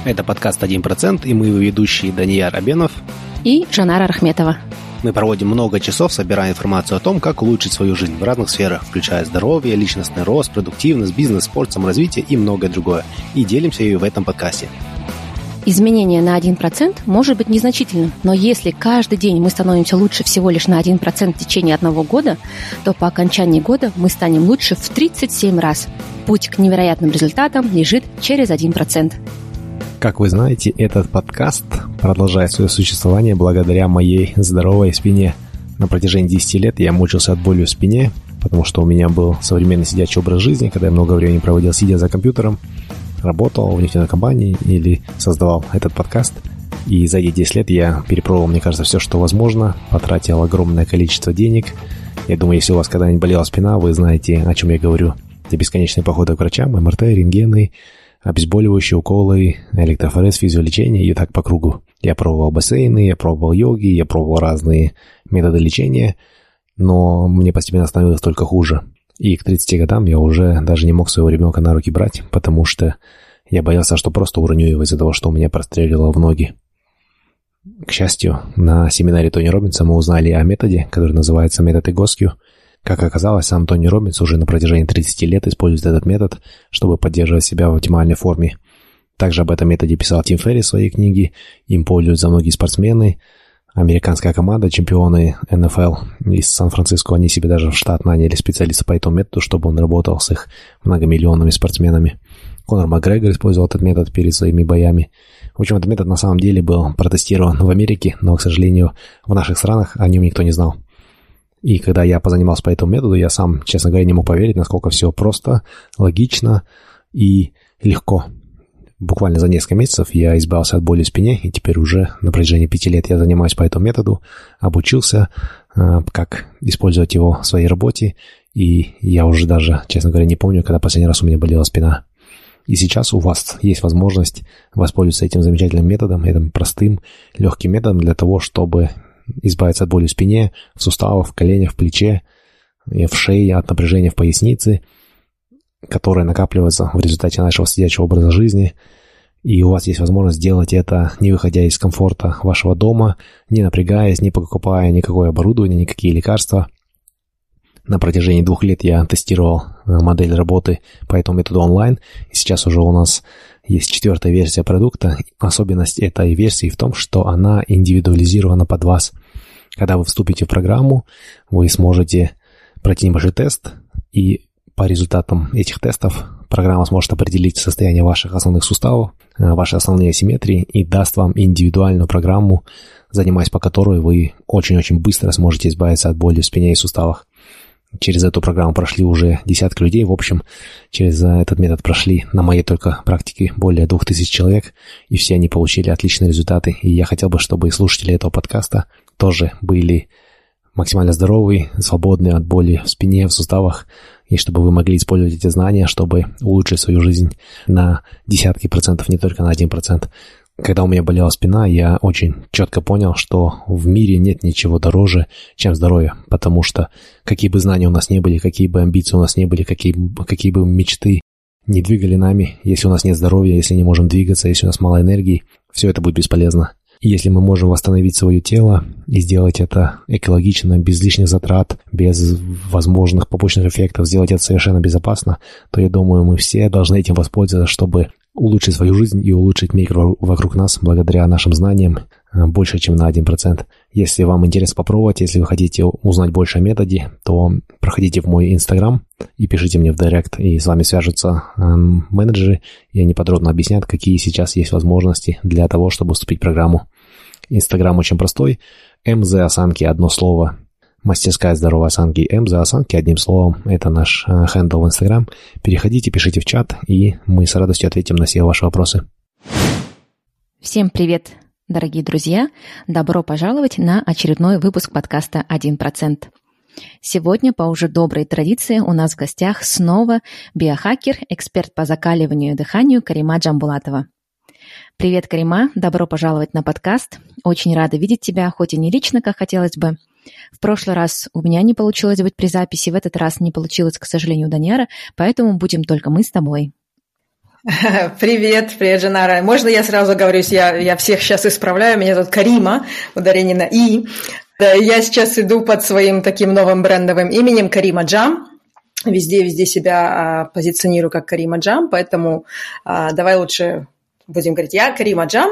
Это подкаст «1%», и мы его ведущие Данияр Абенов и Жанара Рахметова. Мы проводим много часов, собирая информацию о том, как улучшить свою жизнь в разных сферах, включая здоровье, личностный рост, продуктивность, бизнес, спорт, саморазвитие и многое другое. И делимся ею в этом подкасте. Изменение на 1% может быть незначительным, но если каждый день мы становимся лучше всего лишь на 1% в течение одного года, то по окончании года мы станем лучше в 37 раз. Путь к невероятным результатам лежит через 1%. Как вы знаете, этот подкаст продолжает свое существование благодаря моей здоровой спине. На протяжении 10 лет я мучился от боли в спине, потому что у меня был современный сидячий образ жизни, когда я много времени проводил сидя за компьютером, работал в нефтяной компании или создавал этот подкаст. И за эти 10 лет я перепробовал, мне кажется, все, что возможно, потратил огромное количество денег. Я думаю, если у вас когда-нибудь болела спина, вы знаете, о чем я говорю. Это бесконечные походы к врачам, МРТ, рентгены, обезболивающие уколы, электрофорез, физиолечение и так по кругу. Я пробовал бассейны, я пробовал йоги, я пробовал разные методы лечения, но мне постепенно становилось только хуже. И к 30 годам я уже даже не мог своего ребенка на руки брать, потому что я боялся, что просто уроню его из-за того, что у меня прострелило в ноги. К счастью, на семинаре Тони Роббинса мы узнали о методе, который называется метод Egoscue. Как оказалось, сам Тони Роббинс уже на протяжении 30 лет использует этот метод, чтобы поддерживать себя в оптимальной форме. Также об этом методе писал Тим Феррис в своей книге, им пользуются многие спортсмены. Американская команда, чемпионы НФЛ из Сан-Франциско, они себе даже в штат наняли специалиста по этому методу, чтобы он работал с их многомиллионными спортсменами. Конор Макгрегор использовал этот метод перед своими боями. В общем, этот метод на самом деле был протестирован в Америке, но, к сожалению, в наших странах о нем никто не знал. И когда я позанимался по этому методу, я сам, честно говоря, не мог поверить, насколько все просто, логично и легко. Буквально за несколько месяцев я избавился от боли в спине, и теперь уже на протяжении 5 лет я занимаюсь по этому методу, обучился, как использовать его в своей работе, и я уже даже, честно говоря, не помню, когда последний раз у меня болела спина. И сейчас у вас есть возможность воспользоваться этим замечательным методом, этим простым, легким методом для того, чтобы избавиться от боли в спине, в суставах, в коленях, в плече, в шее, от напряжения в пояснице, которое накапливается в результате нашего сидячего образа жизни. И у вас есть возможность сделать это, не выходя из комфорта вашего дома, не напрягаясь, не покупая никакое оборудование, никакие лекарства. На протяжении 2 лет я тестировал модель работы по этому методу онлайн, и сейчас уже у нас есть 4-я версия продукта. Особенность этой версии в том, что она индивидуализирована под вас. Когда вы вступите в программу, вы сможете пройти небольшой тест, и по результатам этих тестов программа сможет определить состояние ваших основных суставов, ваши основные асимметрии и даст вам индивидуальную программу, занимаясь по которой вы очень-очень быстро сможете избавиться от боли в спине и суставах. Через эту программу прошли уже десятки людей. В общем, через этот метод прошли на моей только практике более 2000 человек, и все они получили отличные результаты. И я хотел бы, чтобы и слушатели этого подкаста тоже были максимально здоровые, свободные от боли в спине, в суставах, и чтобы вы могли использовать эти знания, чтобы улучшить свою жизнь на десятки процентов, не только на 1%. Когда у меня болела спина, я очень четко понял, что в мире нет ничего дороже, чем здоровье, потому что какие бы знания у нас не были, какие бы амбиции у нас не были, какие бы мечты не двигали нами, если у нас нет здоровья, если не можем двигаться, если у нас мало энергии, все это будет бесполезно. И если мы можем восстановить свое тело и сделать это экологично, без лишних затрат, без возможных побочных эффектов, сделать это совершенно безопасно, то, я думаю, мы все должны этим воспользоваться, чтобы улучшить свою жизнь и улучшить мир вокруг нас благодаря нашим знаниям больше, чем на 1%. Если вам интересно попробовать, если вы хотите узнать больше о методе, то проходите в мой Инстаграм и пишите мне в директ, и с вами свяжутся менеджеры, и они подробно объяснят, какие сейчас есть возможности для того, чтобы вступить в программу. Инстаграм очень простой. МЗ Осанки, одно слово. Мастерская здоровой осанки, МЗ Осанки, одним словом. Это наш хендл в Инстаграм. Переходите, пишите в чат, и мы с радостью ответим на все ваши вопросы. Всем привет, дорогие друзья! Добро пожаловать на очередной выпуск подкаста «1%». Сегодня, по уже доброй традиции, у нас в гостях снова биохакер, эксперт по закаливанию и дыханию Карима Джамбулатова. Привет, Карима, добро пожаловать на подкаст. Очень рада видеть тебя, хоть и не лично, как хотелось бы. В прошлый раз у меня не получилось быть при записи, в этот раз не получилось, к сожалению, у Данияра, поэтому будем только мы с тобой. Привет, Жанара. Можно я сразу оговорюсь, я всех сейчас исправляю, меня зовут Карима, ударение на «и». Да, я сейчас иду под своим таким новым брендовым именем Карима Джам. Везде себя позиционирую как Карима Джам, поэтому давай лучше будем говорить я Карима Джам.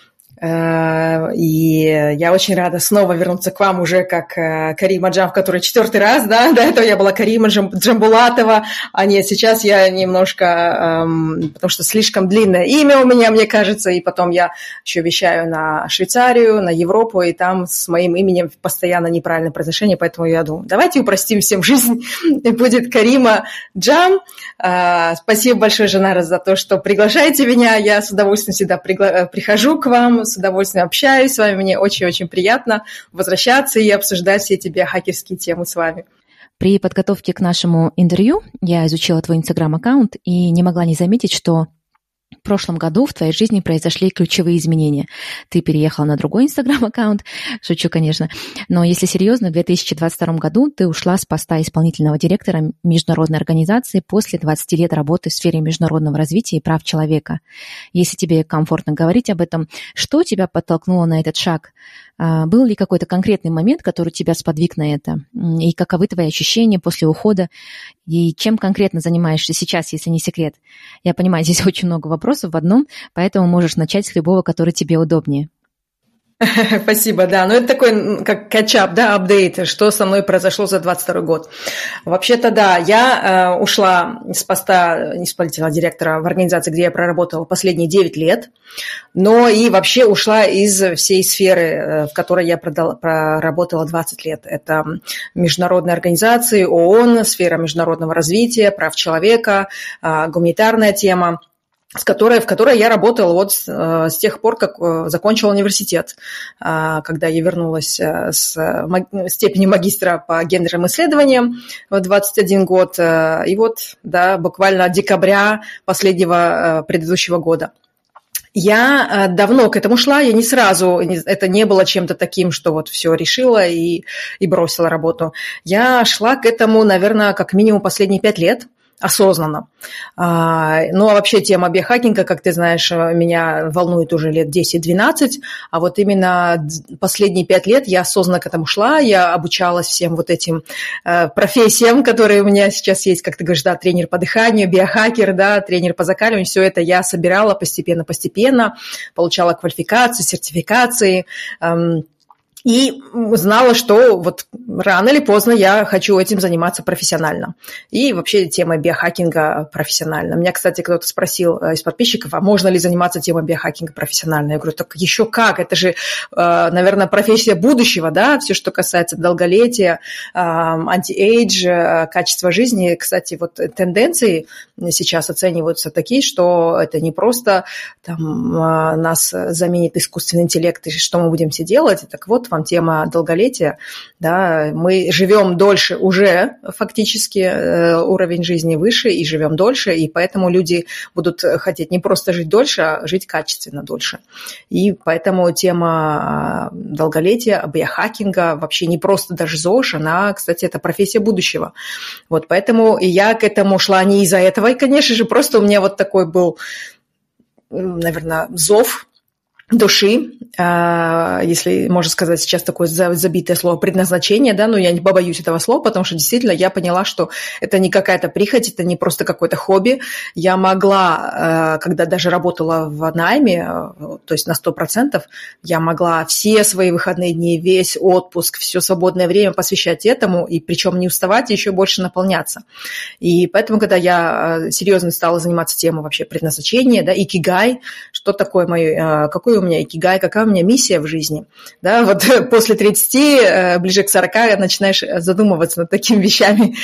И я очень рада снова вернуться к вам уже как Карима Джам, в который 4-й раз, да, до этого я была Карима Джамбулатова, а нет, сейчас я немножко, потому что слишком длинное имя у меня, мне кажется, и потом я еще вещаю на Швейцарию, на Европу, и там с моим именем постоянно неправильное произношение, поэтому я думаю, давайте упростим всем жизнь, и будет Карима Джам. Спасибо большое, Жанара, за то, что приглашаете меня, я с удовольствием всегда прихожу к вам, с удовольствием общаюсь с вами. Мне очень-очень приятно возвращаться и обсуждать все эти биохакерские темы с вами. При подготовке к нашему интервью я изучила твой Инстаграм-аккаунт и не могла не заметить, что в прошлом году в твоей жизни произошли ключевые изменения. Ты переехала на другой Инстаграм-аккаунт, шучу, конечно, но если серьезно, в 2022 году ты ушла с поста исполнительного директора международной организации после 20 лет работы в сфере международного развития и прав человека. Если тебе комфортно говорить об этом, что тебя подтолкнуло на этот шаг? Был ли какой-то конкретный момент, который тебя сподвиг на это? И каковы твои ощущения после ухода? И чем конкретно занимаешься сейчас, если не секрет? Я понимаю, здесь очень много вопросов в одном, поэтому можешь начать с любого, который тебе удобнее. Спасибо, да. Ну, это такой, как кэтчап, да, апдейт, что со мной произошло за 22 год. Вообще-то, да, я ушла с поста исполнительного директора в организации, где я проработала последние 9 лет, но и вообще ушла из всей сферы, в которой я проработала 20 лет. Это международные организации, ООН, сфера международного развития, прав человека, гуманитарная тема, в которой я работала вот с тех пор, как закончила университет, когда я вернулась с степени магистра по гендерным исследованиям в 21 год, и вот, да, буквально декабря последнего предыдущего года. Я давно к этому шла, я не сразу, это не было чем-то таким, что вот все решила и бросила работу. Я шла к этому, наверное, как минимум последние 5 лет. Осознанно. Ну, а вообще тема биохакинга, как ты знаешь, меня волнует уже лет 10-12, а вот именно последние 5 лет я осознанно к этому шла, я обучалась всем вот этим профессиям, которые у меня сейчас есть, как ты говоришь, да, тренер по дыханию, биохакер, да, тренер по закаливанию, все это я собирала постепенно, получала квалификации, сертификации, и знала, что вот рано или поздно я хочу этим заниматься профессионально. И вообще тема биохакинга профессионально. Меня, кстати, кто-то спросил из подписчиков, а можно ли заниматься темой биохакинга профессионально? Я говорю, так еще как? Это же, наверное, профессия будущего, да? Все, что касается долголетия, анти-эйдж, качества жизни. Кстати, вот тенденции сейчас оцениваются такие, что это не просто там, нас заменит искусственный интеллект, и что мы будем все делать. Так вот, вам тема долголетия, да, мы живем дольше уже, фактически уровень жизни выше и живем дольше, и поэтому люди будут хотеть не просто жить дольше, а жить качественно дольше. И поэтому тема долголетия, биохакинга, вообще не просто даже ЗОЖ, она, кстати, это профессия будущего. Вот поэтому и я к этому шла не из-за этого, и, конечно же, просто у меня вот такой был, наверное, зов души, если можно сказать сейчас такое забитое слово предназначение, да, но я не побоюсь этого слова, потому что действительно я поняла, что это не какая-то прихоть, это не просто какое-то хобби. Я могла, когда даже работала в найме, то есть на 100%, я могла все свои выходные дни, весь отпуск, все свободное время посвящать этому, и причем не уставать, и еще больше наполняться. И поэтому, когда я серьезно стала заниматься темой вообще предназначения, да, икигай, что такое мое, какой у меня икигай, какая у меня миссия в жизни. Да, вот после 30, ближе к 40 начинаешь задумываться над такими вещами.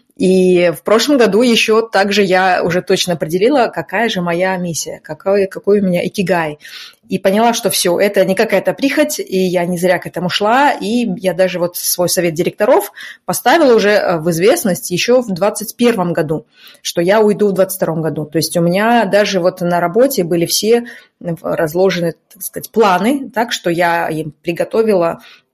И в прошлом году еще также я уже точно определила, какая же моя миссия, какой у меня икигай. И поняла, что все, это не какая-то прихоть, и я не зря к этому шла. И я даже вот свой совет директоров поставила уже в известность еще в 2021 году, что я уйду в 2022 году. То есть у меня даже вот на работе были все разложены, так сказать, планы, так что я им приготовила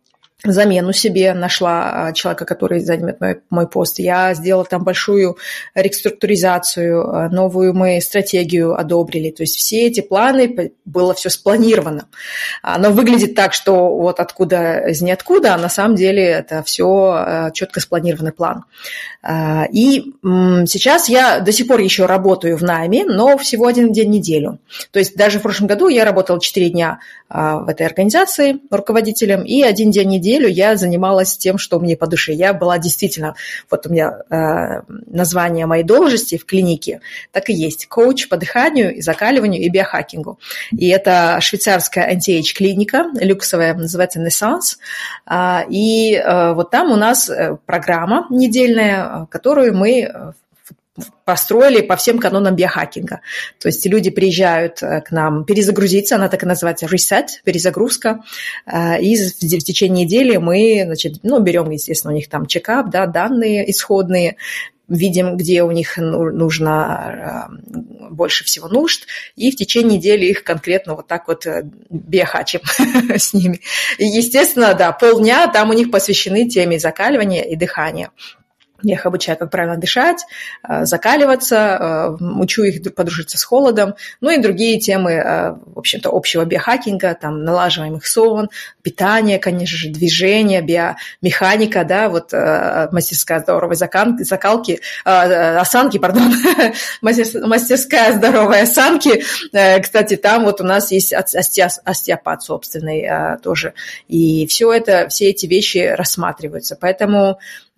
замену себе, нашла человека, который займет мой пост. Я сделала там большую реструктуризацию, новую мы стратегию одобрили. То есть все эти планы, было все спланировано. Оно выглядит так, что вот откуда из ниоткуда, а на самом деле это все четко спланированный план. И сейчас я до сих пор еще работаю в найме, но всего 1 день в неделю. То есть даже в прошлом году я работала 4 дня в этой организации руководителем, и 1 день в неделю я занималась тем, что мне по душе. Я была действительно, вот у меня название моей должности в клинике так и есть: коуч по дыханию, закаливанию и биохакингу. И это швейцарская анти-эйдж клиника, люксовая, называется Naissance. И вот там у нас программа недельная, которую мы построили по всем канонам биохакинга. То есть люди приезжают к нам перезагрузиться, она так и называется reset, перезагрузка, и в течение недели мы, значит, берем, естественно, у них там чекап, да, данные исходные, видим, где у них нужно больше всего нужд, и в течение недели их конкретно вот так вот биохачим с ними. И, естественно, да, полдня там у них посвящены теме закаливания и дыхания. Я их обучаю, как правильно дышать, закаливаться, учу их подружиться с холодом, ну и другие темы, в общем-то, общего биохакинга, там, налаживаемых сон, питание, конечно же, движение, биомеханика, да, вот мастерская здоровой закалки, осанки, пардон, мастерская здоровой осанки. Кстати, там вот у нас есть остеопат собственный тоже, и все эти вещи рассматриваются, поэтому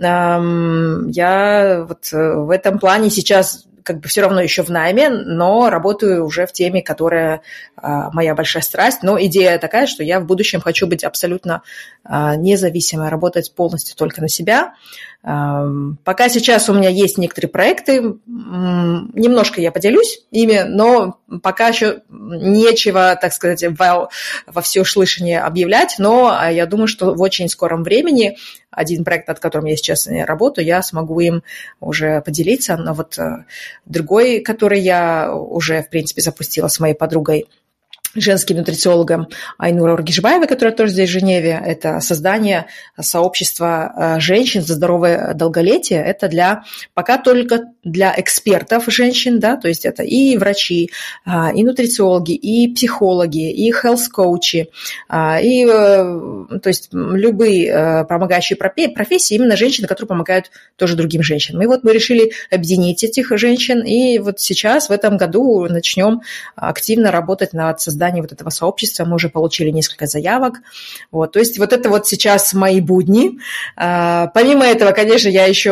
я вот в этом плане сейчас как бы все равно еще в найме, но работаю уже в теме, которая моя большая страсть. Но идея такая, что я в будущем хочу быть абсолютно независимой, работать полностью только на себя. Пока сейчас у меня есть некоторые проекты, немножко я поделюсь ими, но пока еще нечего, так сказать, во всеуслышание объявлять, но я думаю, что в очень скором времени один проект, над которым я сейчас работаю, я смогу им уже поделиться, но вот другой, который я уже, в принципе, запустила с моей подругой, женским нутрициологом Айнура Ургишбаевой, которая тоже здесь в Женеве, это создание сообщества женщин за здоровое долголетие. Это пока только для экспертов женщин, да, то есть это и врачи, и нутрициологи, и психологи, и health-коучи, и, то есть любые помогающие профессии, именно женщины, которые помогают тоже другим женщинам. И вот мы решили объединить этих женщин, и вот сейчас в этом году начнем активно работать над созданием вот этого сообщества. Мы уже получили несколько заявок. Вот. То есть вот это вот сейчас мои будни. Помимо этого, конечно, я еще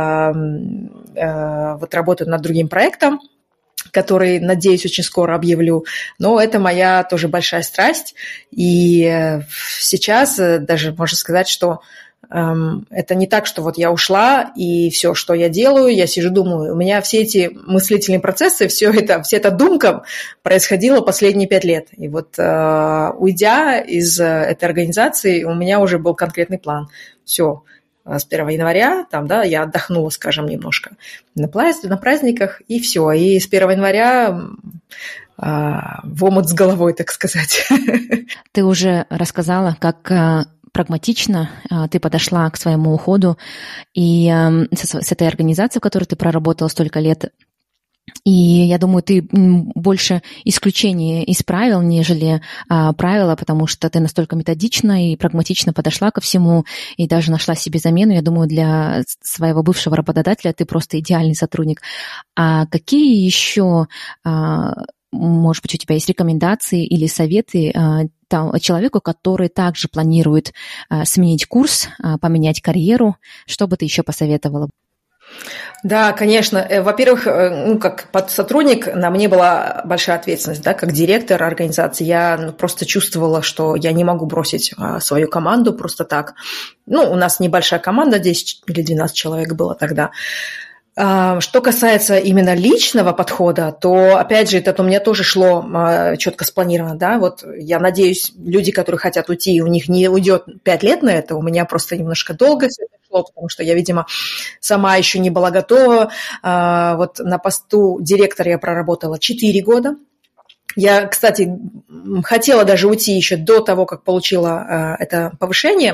вот работаю над другим проектом, который, надеюсь, очень скоро объявлю. Но это моя тоже большая страсть. И сейчас даже можно сказать, что это не так, что вот я ушла, и все, что я делаю, я сижу, думаю. У меня все эти мыслительные процессы, вся эта думка происходила последние 5 лет. И вот уйдя из этой организации, у меня уже был конкретный план. Все, с 1 января там, да, я отдохнула, скажем, немножко на праздниках, и все. И с 1 января в омут с головой, так сказать. Ты уже рассказала, как прагматично ты подошла к своему уходу и с этой организацией, в которой ты проработала столько лет. И я думаю, ты больше исключение из правил, нежели правила, потому что ты настолько методично и прагматично подошла ко всему и даже нашла себе замену. Я думаю, для своего бывшего работодателя ты просто идеальный сотрудник. А какие еще, может быть, у тебя есть рекомендации или советы человеку, который также планирует сменить курс, поменять карьеру? Что бы ты еще посоветовала? Да, конечно. Во-первых, как сотрудник на мне была большая ответственность, да, как директор организации. Я просто чувствовала, что я не могу бросить свою команду просто так. У нас небольшая команда, 10 или 12 человек было тогда. Что касается именно личного подхода, то, опять же, это у меня тоже шло четко спланировано, да, вот я надеюсь, люди, которые хотят уйти, у них не уйдет 5 лет на это, у меня просто немножко долго все это шло, потому что я, видимо, сама еще не была готова. Вот на посту директора я проработала 4 года. Я, кстати, хотела даже уйти еще до того, как получила это повышение,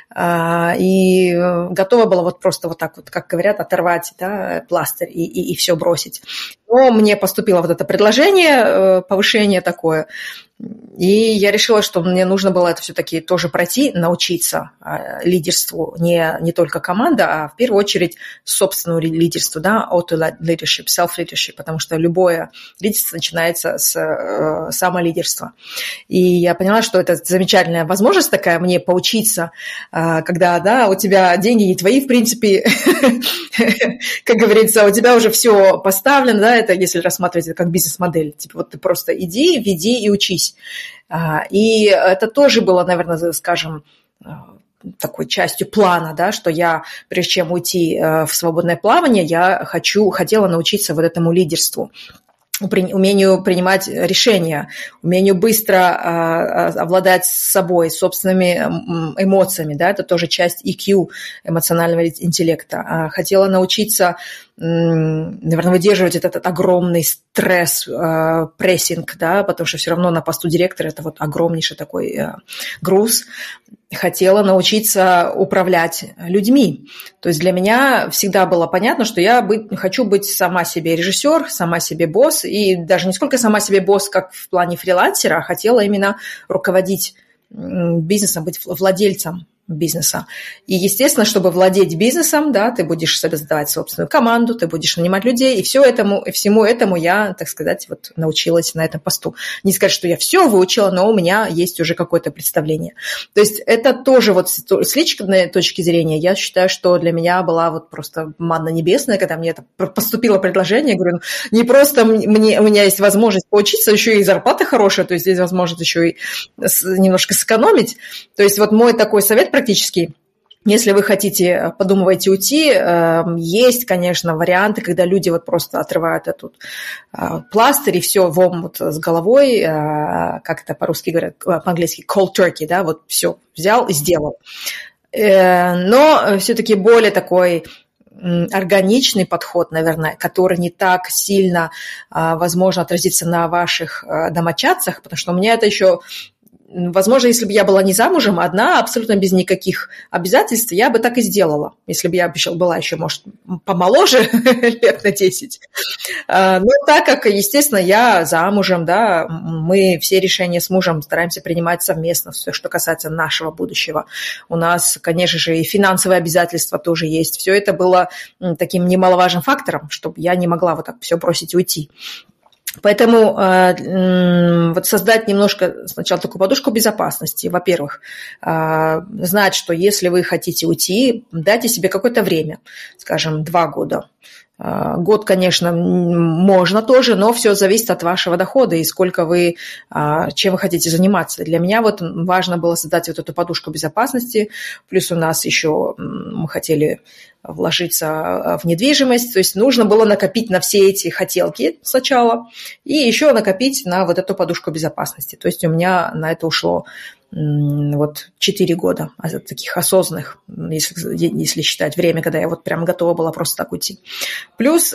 и готова была вот просто вот так вот, как говорят, оторвать, да, пластырь и все бросить. Но мне поступило вот это предложение, повышение такое, и я решила, что мне нужно было это все-таки тоже пройти, научиться лидерству, не только команда, а в первую очередь собственному лидерству, да, auto-leadership, self-leadership, потому что любое лидерство начинается с самолидерства. И я поняла, что это замечательная возможность такая мне поучиться, когда, да, у тебя деньги не твои, в принципе, как говорится, у тебя уже все поставлено, да, это если рассматривать это как бизнес-модель, типа вот ты просто иди, веди и учись. И это тоже было, наверное, скажем, такой частью плана, да, что я, прежде чем уйти в свободное плавание, я хотела научиться вот этому лидерству, умению принимать решения, умению быстро обладать собой, собственными эмоциями, да, это тоже часть EQ, эмоционального интеллекта. Хотела научиться, наверное, выдерживать этот огромный стресс, прессинг, да, потому что все равно на посту директора это вот огромнейший такой груз. Хотела научиться управлять людьми. То есть для меня всегда было понятно, что я хочу быть сама себе режиссер, сама себе босс, и даже не сколько сама себе босс, как в плане фрилансера, а хотела именно руководить бизнесом, быть владельцем бизнеса. И, естественно, чтобы владеть бизнесом, да, ты будешь создавать собственную команду, ты будешь нанимать людей, и всему этому я, так сказать, вот научилась на этом посту. Не сказать, что я все выучила, но у меня есть уже какое-то представление. То есть это тоже вот с личной точки зрения, я считаю, что для меня была вот просто манна небесная, когда мне это поступило предложение, я говорю, не просто у меня есть возможность поучиться, еще и зарплата хорошая, то есть здесь возможность еще и немножко сэкономить. То есть вот мой такой совет практически, если вы подумываете уйти, есть, конечно, варианты, когда люди вот просто отрывают этот пластырь и все в омут с головой, как это по-русски говорят, по-английски cold turkey, да, вот все взял и сделал. Но все-таки более такой органичный подход, наверное, который не так сильно, возможно, отразится на ваших домочадцах, потому что у меня это еще... Возможно, если бы я была не замужем, одна, абсолютно без никаких обязательств, я бы так и сделала, если бы я была еще, может, помоложе, лет на 10. Но так как, естественно, я замужем, да, мы все решения с мужем стараемся принимать совместно, все, что касается нашего будущего. У нас, конечно же, и финансовые обязательства тоже есть. Все это было таким немаловажным фактором, чтобы я не могла вот так все бросить и уйти. Поэтому вот создать немножко сначала такую подушку безопасности. Во-первых, знать, что если вы хотите уйти, дайте себе какое-то время, скажем, 2 года. Год, конечно, можно тоже, но все зависит от вашего дохода и сколько вы, чем вы хотите заниматься. Для меня вот важно было создать вот эту подушку безопасности, плюс у нас еще мы хотели вложиться в недвижимость, то есть нужно было накопить на все эти хотелки сначала и еще накопить на вот эту подушку безопасности. То есть у меня на это ушло вот 4 года таких осознанных, если считать время, когда я вот прям готова была просто так уйти. Плюс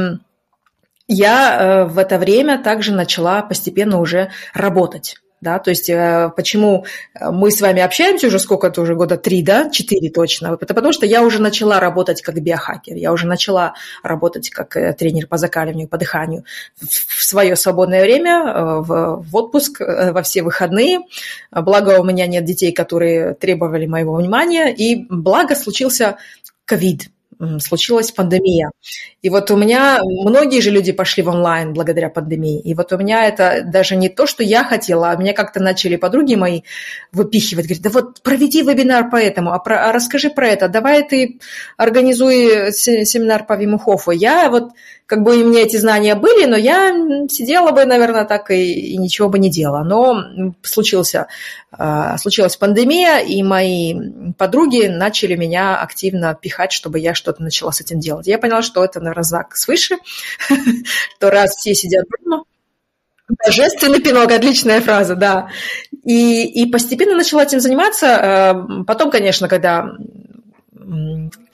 я в это время также начала постепенно уже работать. Да, то есть почему мы с вами общаемся уже сколько-то, уже года 3, да, 4 точно, это потому что я уже начала работать как биохакер, я уже начала работать как тренер по закаливанию, по дыханию в свое свободное время, в отпуск, во все выходные. Благо у меня нет детей, которые требовали моего внимания, и благо случился ковид. Случилась пандемия. И вот у меня многие же люди пошли в онлайн благодаря пандемии. И вот у меня это даже не то, что я хотела, а меня как-то начали подруги мои выпихивать. Говорят, да вот проведи вебинар по этому, а расскажи про это, давай ты организуй семинар по Виму Хофу. Я вот, как бы у меня эти знания были, но я сидела бы, наверное, так и ничего бы не делала. Но случилась пандемия, и мои подруги начали меня активно пихать, чтобы я что-то начала с этим делать. Я поняла, что это, наверное, знак свыше, что раз все сидят дома, божественный пинок, отличная фраза, да. И постепенно начала этим заниматься. Потом, конечно, когда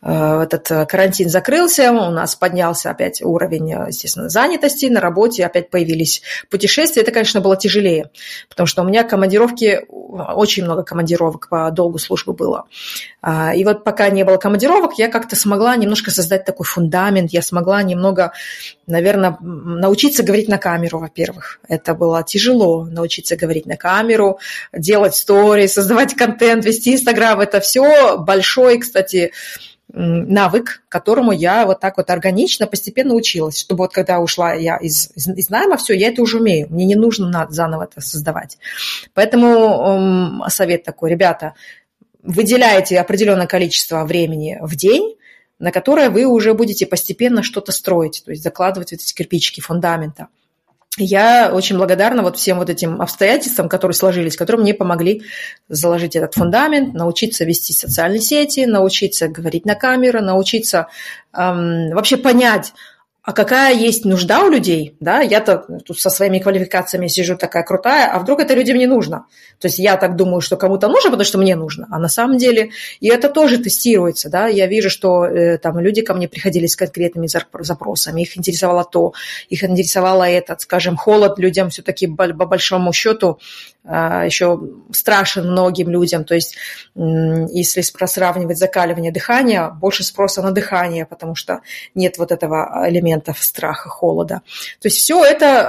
этот карантин закрылся, у нас поднялся опять уровень, естественно, занятости на работе, опять появились путешествия. Это, конечно, было тяжелее, потому что у меня командировки, очень много командировок по долгу службы было. И вот пока не было командировок, я как-то смогла немножко создать такой фундамент, я смогла немного, наверное, научиться говорить на камеру, во-первых. Это было тяжело, научиться говорить на камеру, делать стори, создавать контент, вести Инстаграм. Это все большой, кстати, навык, которому я вот так вот органично, постепенно училась, чтобы вот когда ушла я из найма, все, я это уже умею, мне не нужно заново это создавать. Поэтому совет такой, ребята, выделяете определенное количество времени в день, на которое вы уже будете постепенно что-то строить, то есть закладывать вот эти кирпичики фундамента. Я очень благодарна вот всем вот этим обстоятельствам, которые сложились, которые мне помогли заложить этот фундамент, научиться вести социальные сети, научиться говорить на камеру, научиться вообще понять, а какая есть нужда у людей, да, я-то тут со своими квалификациями сижу такая крутая, а вдруг это людям не нужно? То есть я так думаю, что кому-то нужно, потому что мне нужно, а на самом деле, и это тоже тестируется, да, я вижу, что там люди ко мне приходили с конкретными запросами, их интересовало то, их интересовало это, скажем, холод людям все-таки по большому счету еще страшен многим людям, то есть если сравнивать закаливание дыхания, больше спроса на дыхание, потому что нет вот этого элемента страха, холода. То есть все это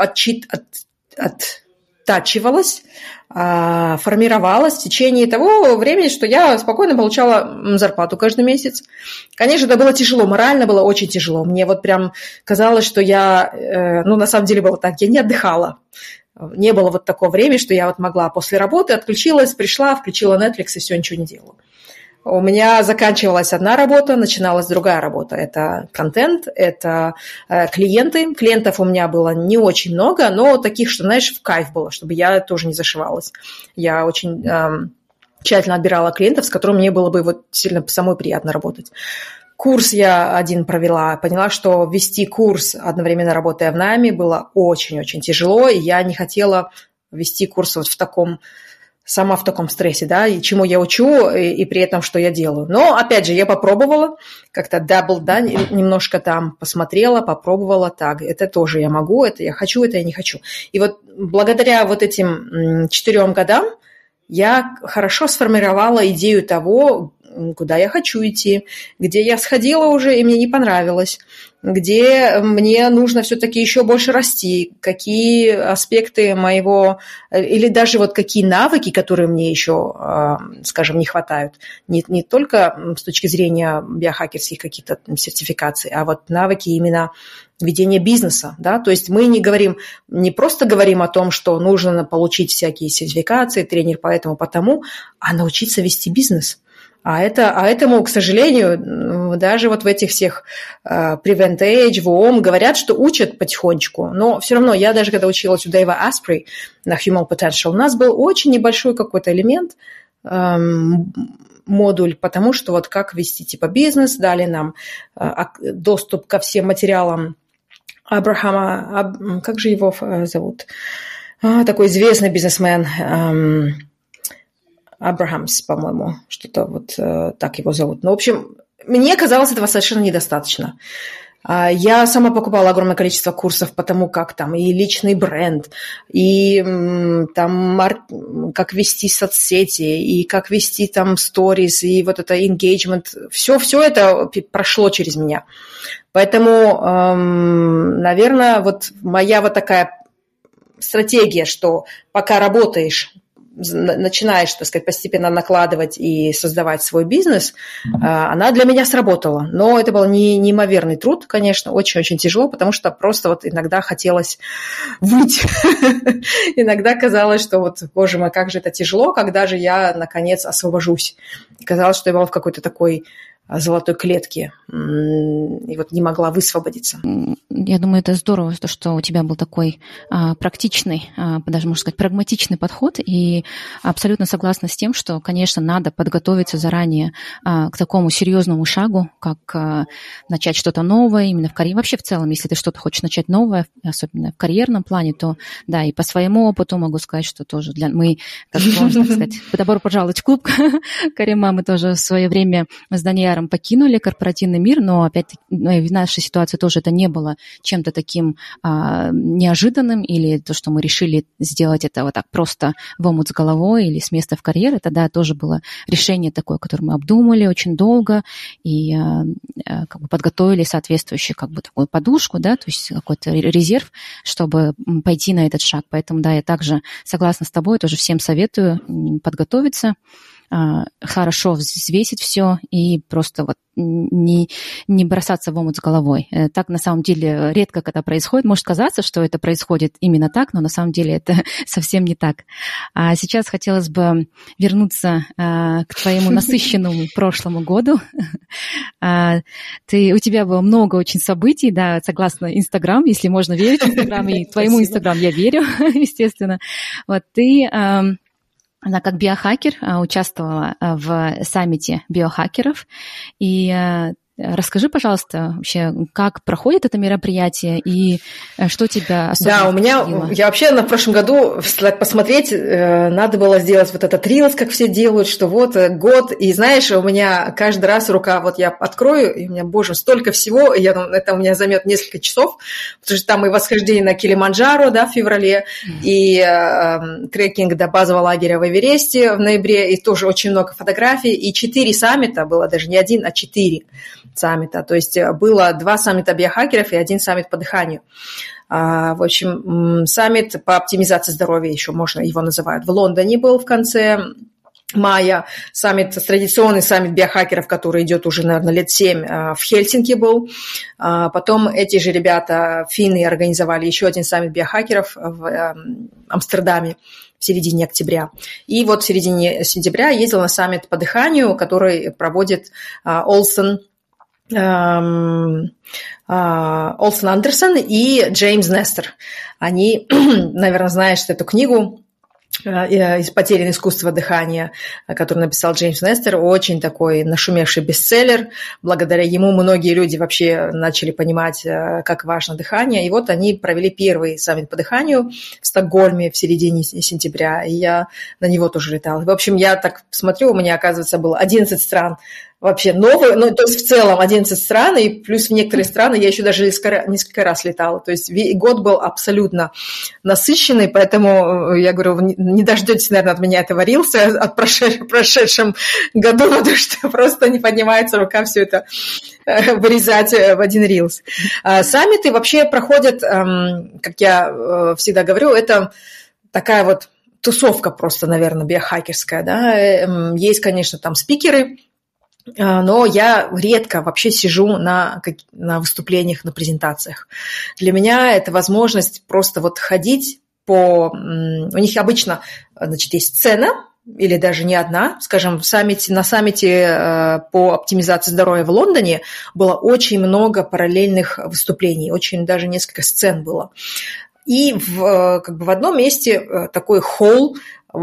оттачивалось, формировалось в течение того времени, что я спокойно получала зарплату каждый месяц. Конечно, это было тяжело, морально было очень тяжело. Мне вот прям казалось, что я, на самом деле было так, я не отдыхала. Не было вот такого времени, что я вот могла после работы, отключилась, пришла, включила Netflix и все, ничего не делала. У меня заканчивалась одна работа, начиналась другая работа. Это контент, это клиенты. Клиентов у меня было не очень много, но таких, что, знаешь, в кайф было, чтобы я тоже не зашивалась. Я очень тщательно отбирала клиентов, с которыми мне было бы вот сильно самой приятно работать. Курс я один провела, поняла, что вести курс, одновременно работая в найме, было очень-очень тяжело, и я не хотела вести курс вот сама в таком стрессе, да, и чему я учу, и при этом, что я делаю. Но, опять же, я попробовала, как-то немножко там посмотрела, попробовала, так, это тоже я могу, это я хочу, это я не хочу. И вот благодаря вот этим 4 годам я хорошо сформировала идею того, куда я хочу идти, где я сходила уже, и мне не понравилось, где мне нужно все-таки еще больше расти, какие аспекты моего, или даже вот какие навыки, которые мне еще, скажем, не хватают, не только с точки зрения биохакерских каких-то сертификаций, а вот навыки именно ведения бизнеса, да, то есть мы не просто говорим о том, что нужно получить всякие сертификации, тренер по этому, потому, а научиться вести бизнес. А этому, к сожалению, даже вот в этих всех Prevent Age, в ООМ говорят, что учат потихонечку. Но все равно, я даже когда училась у Дэйва Аспри на Human Potential, у нас был очень небольшой какой-то элемент, модуль, потому что вот как вести типа бизнес, дали нам доступ ко всем материалам Абрахама, как же его зовут? Такой известный бизнесмен, Абрахамс, по-моему, что-то вот так его зовут. Ну, в общем, мне казалось, этого совершенно недостаточно. Я сама покупала огромное количество курсов по тому, как там и личный бренд, и там как вести соцсети, и как вести там сторис, и вот это engagement. Все это прошло через меня. Поэтому, наверное, вот моя вот такая стратегия, что пока работаешь, начинаешь, так сказать, постепенно накладывать и создавать свой бизнес, она для меня сработала. Но это был неимоверный труд, конечно, очень-очень тяжело, потому что просто вот иногда хотелось выть. Иногда казалось, что вот, боже мой, как же это тяжело, когда же я, наконец, освобожусь. Казалось, что я была в какой-то такой золотой клетке и вот не могла высвободиться. Я думаю, это здорово, что у тебя был такой практичный, даже, можно сказать, прагматичный подход, и абсолютно согласна с тем, что, конечно, надо подготовиться заранее к такому серьезному шагу, как начать что-то новое именно в карьере. Вообще в целом, если ты что-то хочешь начать новое, особенно в карьерном плане, то да, и по своему опыту могу сказать, что тоже мы, как можно сказать, добро пожаловать в клуб Карима, мы тоже в свое время с Даниэлем даром покинули корпоративный мир, но опять-таки в нашей ситуации тоже это не было чем-то таким неожиданным, или то, что мы решили сделать это вот так просто в омут с головой или с места в карьер. Это, да, тоже было решение такое, которое мы обдумали очень долго и как бы подготовили соответствующую как бы такую подушку, да, то есть какой-то резерв, чтобы пойти на этот шаг. Поэтому, да, я также согласна с тобой, тоже всем советую подготовиться, хорошо взвесить все и просто вот не бросаться в омут с головой. Так на самом деле редко когда происходит. Может казаться, что это происходит именно так, но на самом деле это совсем не так. А сейчас хотелось бы вернуться к твоему насыщенному прошлому году. У тебя было много очень событий, да, согласно Инстаграм, если можно верить в Инстаграм, и твоему Инстаграм я верю, естественно. Вот ты... Она как биохакер участвовала в саммите биохакеров. И расскажи, пожалуйста, вообще, как проходит это мероприятие и что тебя особенно Да, у меня, впечатлило? я вообще на прошлом году посмотреть, надо было сделать вот этот рилс, как все делают, что вот год, и знаешь, у меня каждый раз рука, вот я открою, и у меня, боже, столько всего, и это у меня займет несколько часов, потому что там и восхождение на Килиманджаро, да, в феврале, и трекинг до базового лагеря в Эвересте в ноябре, и тоже очень много фотографий, и 4 саммита было, даже не 1, а 4 саммита. То есть было 2 саммита биохакеров и 1 саммит по дыханию. В общем, саммит по оптимизации здоровья, еще можно его называют, в Лондоне был в конце мая. Традиционный саммит биохакеров, который идет уже, наверное, лет 7, в Хельсинки был. Потом эти же ребята, финны, организовали еще 1 саммит биохакеров в Амстердаме в середине октября. И вот в середине сентября ездил на саммит по дыханию, который проводит Олсен Андерсон и Джеймс Нестер. Они, наверное, знаешь эту книгу «Потерянное искусство дыхания», который написал Джеймс Нестер, очень такой нашумевший бестселлер. Благодаря ему многие люди вообще начали понимать, как важно дыхание. И вот они провели первый саммит по дыханию в Стокгольме в середине сентября, и я на него тоже летала. В общем, я так смотрю, у меня, оказывается, было 11 стран вообще новые, ну, то есть в целом 11 стран, и плюс в некоторые страны я еще даже несколько раз летала. То есть год был абсолютно насыщенный, поэтому я говорю, не дождетесь, наверное, от меня этого рилса от прошедшем году, потому что просто не поднимается рука все это вырезать в один рилс. Саммиты вообще проходят, как я всегда говорю, это такая вот тусовка просто, наверное, биохакерская, да. Есть, конечно, там спикеры, но я редко вообще сижу на выступлениях, на презентациях. Для меня это возможность просто вот ходить у них обычно, значит, есть сцена, или даже не одна, скажем, на саммите по оптимизации здоровья в Лондоне было очень много параллельных выступлений, очень даже несколько сцен было. И в одном месте такой холл,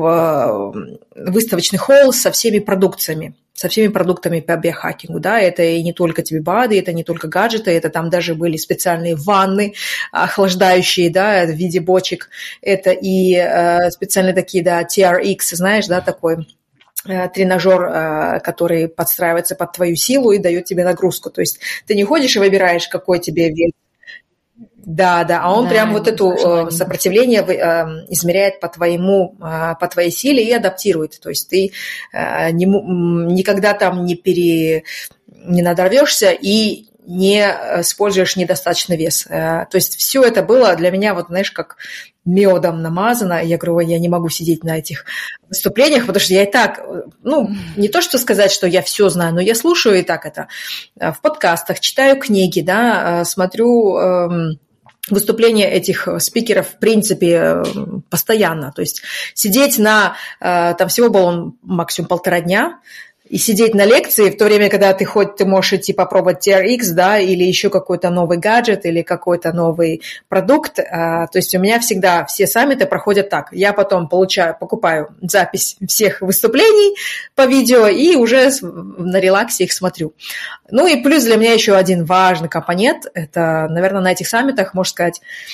выставочный холл со всеми продуктами по биохакингу, да, это и не только TB-бады, это не только гаджеты, это там даже были специальные ванны охлаждающие, да, в виде бочек, это и специальные такие, да, TRX, знаешь, да, такой тренажер, который подстраивается под твою силу и дает тебе нагрузку, то есть ты не ходишь и выбираешь, какой тебе вес. Да, а он прям вот это сопротивление измеряет по твоей силе и адаптирует. То есть ты никогда там не надорвешься и не используешь недостаточный вес. То есть все это было для меня, вот знаешь, как медом намазано. Я говорю, я не могу сидеть на этих выступлениях, потому что я и так, не то что сказать, что я все знаю, но я слушаю и так это в подкастах, читаю книги, да, смотрю выступления этих спикеров, в принципе, постоянно. То есть сидеть там всего было максимум 1,5 дня, и сидеть на лекции в то время, когда ты можешь идти попробовать TRX, да, или еще какой-то новый гаджет, или какой-то новый продукт. То есть у меня всегда все саммиты проходят так. Я потом покупаю запись всех выступлений по видео и уже на релаксе их смотрю. Ну и плюс для меня еще один важный компонент. Это, наверное, на этих саммитах, можно сказать,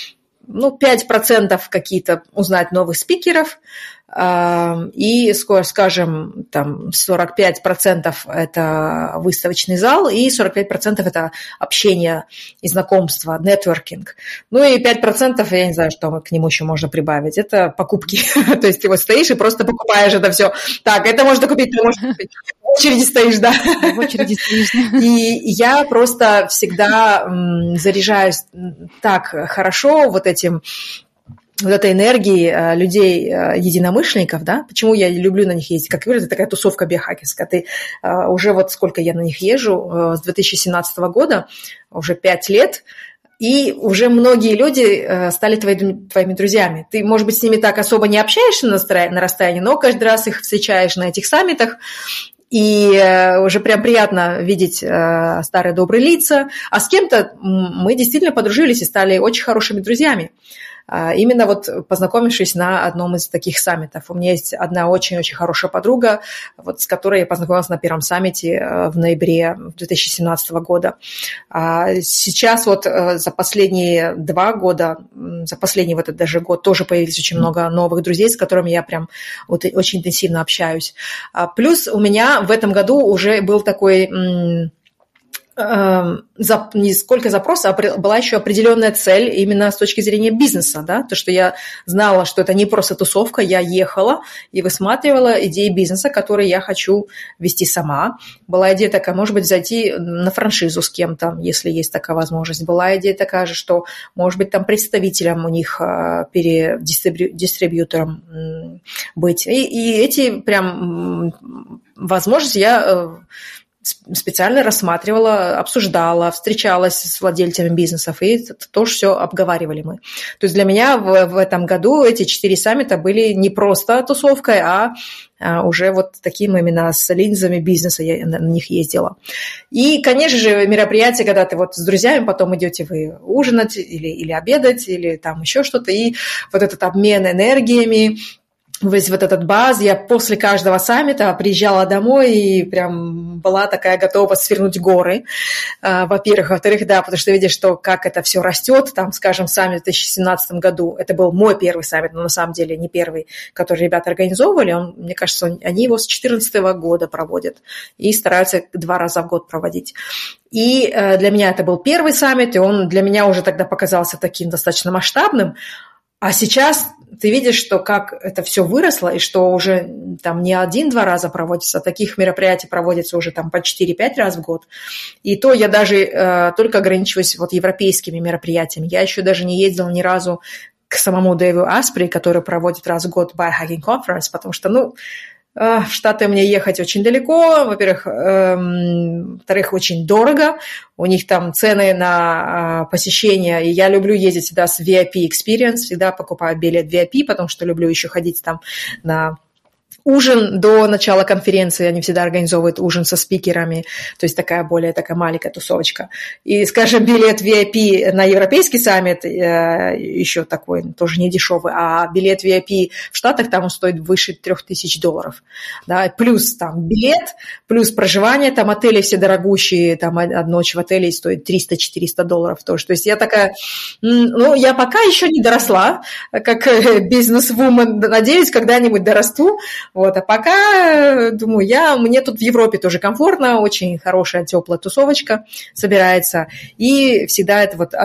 5% какие-то узнать новых спикеров, и, скажем, там 45% это выставочный зал, и 45% это общение и знакомство, нетворкинг. И 5%, я не знаю, что к нему еще можно прибавить, это покупки. То есть ты вот стоишь и просто покупаешь это все. Так, это можно купить, ты можешь купить. В очереди стоишь, да. В очереди стоишь, да. И я просто всегда заряжаюсь так хорошо вот этой энергии людей, единомышленников, да, почему я люблю на них ездить, как говорят, это такая тусовка биохакерская, ты уже вот сколько я на них езжу, с 2017 года, уже 5 лет, и уже многие люди стали твоими друзьями. Ты, может быть, с ними так особо не общаешься на расстоянии, но каждый раз их встречаешь на этих саммитах, и уже прям приятно видеть старые добрые лица, а с кем-то мы действительно подружились и стали очень хорошими друзьями. Именно вот познакомившись на одном из таких саммитов. У меня есть одна очень-очень хорошая подруга, вот с которой я познакомилась на первом саммите в ноябре 2017 года. Сейчас вот за последние 2 года, за последний вот этот даже год тоже появились очень много новых друзей, с которыми я прям вот очень интенсивно общаюсь. Плюс у меня в этом году уже был такой... не сколько запросов, а была еще определенная цель именно с точки зрения бизнеса, да, то, что я знала, что это не просто тусовка, я ехала и высматривала идеи бизнеса, которые я хочу вести сама. Была идея такая, может быть, зайти на франшизу с кем-то, если есть такая возможность. Была идея такая же, что, может быть, там представителем у них, дистрибьютором быть. И эти прям возможности я специально рассматривала, обсуждала, встречалась с владельцами бизнесов, и это тоже все обговаривали мы. То есть для меня в этом году эти 4 саммита были не просто тусовкой, а уже вот таким именно с линзами бизнеса я на них ездила. И, конечно же, мероприятия, когда ты вот с друзьями потом идете вы ужинать или обедать, или там еще что-то, и вот этот обмен энергиями, весь вот этот баз, я после каждого саммита приезжала домой и прям была такая готова свернуть горы, во-первых. Во-вторых, да, потому что видишь, что как это все растет. Там, скажем, саммит в 2017 году, это был мой первый саммит, но на самом деле не первый, который ребята организовывали. Мне кажется, они его с 2014 года проводят и стараются 2 раза в год проводить. И для меня это был первый саммит, и он для меня уже тогда показался таким достаточно масштабным. А сейчас ты видишь, что как это все выросло, и что уже там не 1-2 раза проводится, а таких мероприятий проводится уже там по 4-5 раз в год. И то я даже только ограничиваюсь вот европейскими мероприятиями. Я еще даже не ездила ни разу к самому Дэйву Аспри, который проводит раз в год Biohacking Conference, потому что, в Штаты мне ехать очень далеко, во-первых, во-вторых, очень дорого, у них там цены на посещение, и я люблю ездить всегда с VIP Experience, всегда покупаю билет VIP, потому что люблю еще ходить там на ужин до начала конференции, они всегда организовывают ужин со спикерами, то есть такая маленькая тусовочка. И, скажем, билет VIP на европейский саммит еще такой, тоже не дешевый, а билет VIP в Штатах там он стоит выше $3000. Да? Плюс там билет, плюс проживание, там отели все дорогущие, там одна ночь в отеле стоит $300-400 тоже. То есть я такая, я пока еще не доросла, как бизнес-вумен, надеюсь, когда-нибудь дорасту. Вот, а пока, думаю, мне тут в Европе тоже комфортно, очень хорошая, теплая тусовочка собирается, и всегда это вот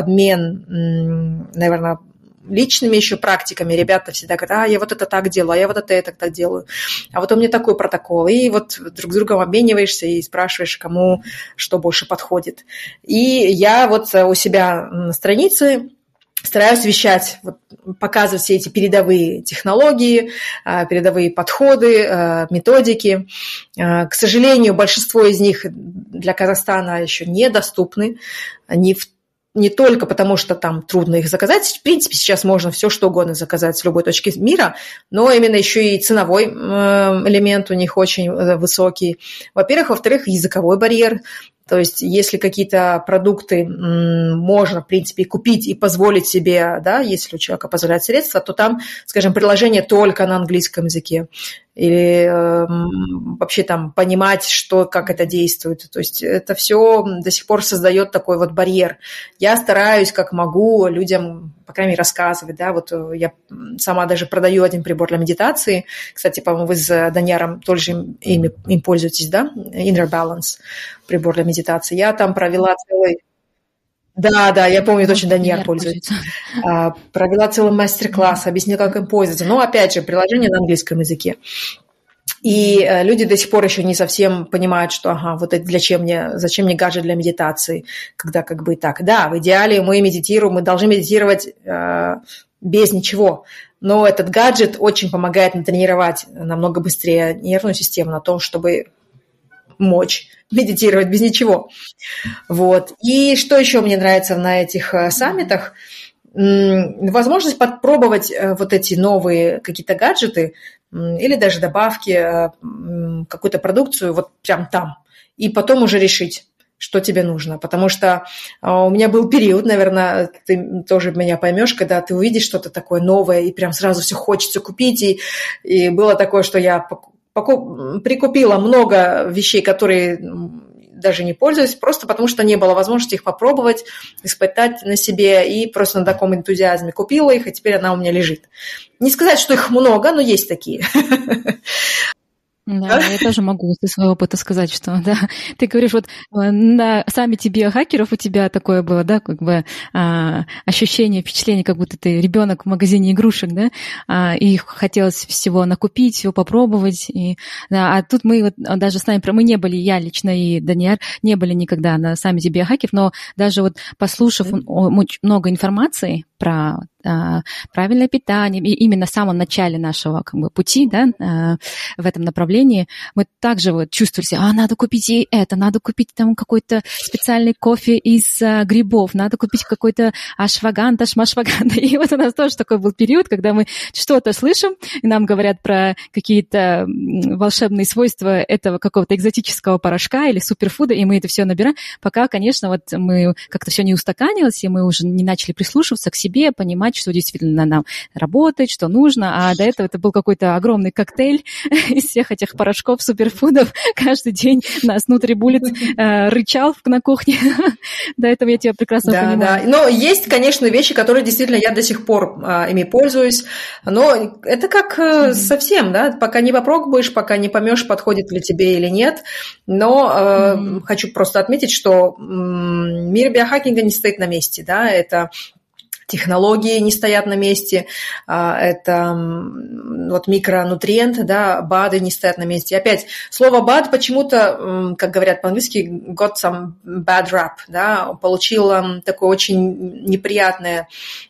обмен, наверное, личными еще практиками. Ребята всегда говорят, я вот это так делаю, а я вот это так делаю, а вот у меня такой протокол. И вот друг с другом обмениваешься и спрашиваешь, кому что больше подходит. И я вот у себя на странице стараюсь вещать, показывать все эти передовые технологии, передовые подходы, методики. К сожалению, большинство из них для Казахстана еще недоступны. Не только потому, что там трудно их заказать. В принципе, сейчас можно все что угодно заказать с любой точки мира, но именно еще и ценовой элемент у них очень высокий. Во-первых. Во-вторых, языковой барьер. То есть если какие-то продукты можно, в принципе, купить и позволить себе, да, если у человека позволяют средства, то там, скажем, приложение только на английском языке. или вообще там понимать, как это действует. То есть это все до сих пор создает такой вот барьер. Я стараюсь, как могу, людям, по крайней мере, рассказывать. Да? Вот я сама даже продаю один прибор для медитации. Кстати, по-моему, вы с Даниаром тоже им пользуетесь, да? Inner Balance, прибор для медитации. Я там провела целый... Да, я помню, точно Даниар пользуется. Провела целый мастер-класс, объяснила, как им пользоваться. Но, опять же, приложение на английском языке. И люди до сих пор еще не совсем понимают, что вот это зачем мне гаджет для медитации, когда как бы и так. Да, в идеале мы медитируем, мы должны медитировать без ничего. Но этот гаджет очень помогает натренировать намного быстрее нервную систему на том, чтобы мочь медитировать без ничего. Вот. И что еще мне нравится на этих саммитах? Возможность попробовать вот эти новые какие-то гаджеты или даже добавки, какую-то продукцию вот прям там. И потом уже решить, что тебе нужно. Потому что у меня был период, наверное, ты тоже меня поймешь, когда ты увидишь что-то такое новое, и прям сразу все хочется купить. И было такое, что я прикупила много вещей, которые даже не пользуюсь, просто потому что не было возможности их попробовать, испытать на себе, и просто на таком энтузиазме купила их, и теперь она у меня лежит. Не сказать, что их много, но есть такие. Да, я тоже могу из своего опыта сказать, что да, ты говоришь, вот на саммите биохакеров у тебя такое было, да, как бы ощущение, впечатление, как будто ты ребенок в магазине игрушек, да, и хотелось всего накупить, всего попробовать, да, а тут мы вот даже с нами, мы не были, я лично и Даниар не были никогда на саммите биохакеров, но даже вот послушав много информации про правильное питание, и именно в самом начале нашего как бы пути, да, в этом направлении, мы также вот чувствовали себя, надо купить и это, надо купить там какой-то специальный кофе из грибов, надо купить какой-то ашваганта, шмашваганта. И вот у нас тоже такой был период, когда мы что-то слышим, и нам говорят про какие-то волшебные свойства этого какого-то экзотического порошка или суперфуда, и мы это все набираем, пока, конечно, вот мы как-то все не устаканилось, и мы уже не начали прислушиваться к себе, понимать, что действительно нам работает, что нужно, а до этого это был какой-то огромный коктейль из всех этих порошков, суперфудов. Каждый день нас Нутрибуллет рычал на кухне. До этого я тебя прекрасно понимаю. Да. Но есть, конечно, вещи, которые действительно я до сих пор ими пользуюсь, но это как совсем, да, пока не попробуешь, пока не поймешь, подходит ли тебе или нет, но хочу просто отметить, что мир биохакинга не стоит на месте, да, это технологии не стоят на месте, это вот микронутриенты, да, БАДы не стоят на месте. И опять, слово БАД почему-то, как говорят по-английски, got some bad rap, да, получил такое очень неприятное,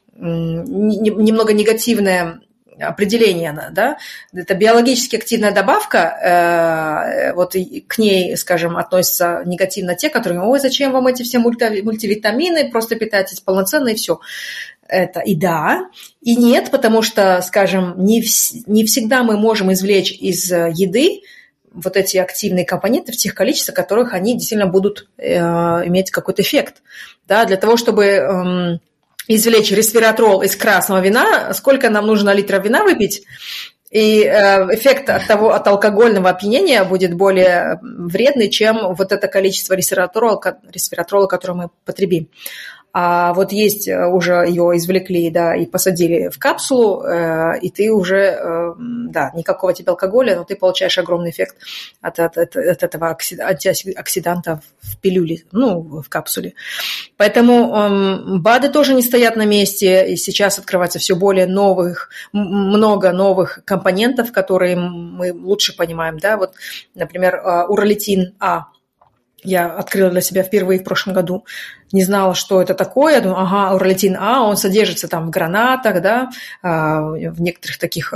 немного негативное определение, да, это биологически активная добавка, вот к ней, скажем, относятся негативно те, которые, зачем вам эти все мультивитамины, просто питайтесь полноценно и все. Это и да, и нет, потому что, скажем, не всегда мы можем извлечь из еды вот эти активные компоненты в тех количествах, в которых они действительно будут иметь какой-то эффект. Да, для того, чтобы извлечь ресвератрол из красного вина, сколько нам нужно литров вина выпить, и эффект от алкогольного опьянения будет более вредный, чем вот это количество ресвератрола, которое мы потребим. А вот есть, уже ее извлекли, да, и посадили в капсулу, и ты уже, да, никакого тебе алкоголя, но ты получаешь огромный эффект от этого антиоксиданта в пилюле, в капсуле. Поэтому БАДы тоже не стоят на месте, и сейчас открывается все более много новых компонентов, которые мы лучше понимаем, да, вот, например, уролитин А. Я открыла для себя впервые в прошлом году. Не знала, что это такое. Я думаю, уролитин А, он содержится там в гранатах, да, в некоторых таких,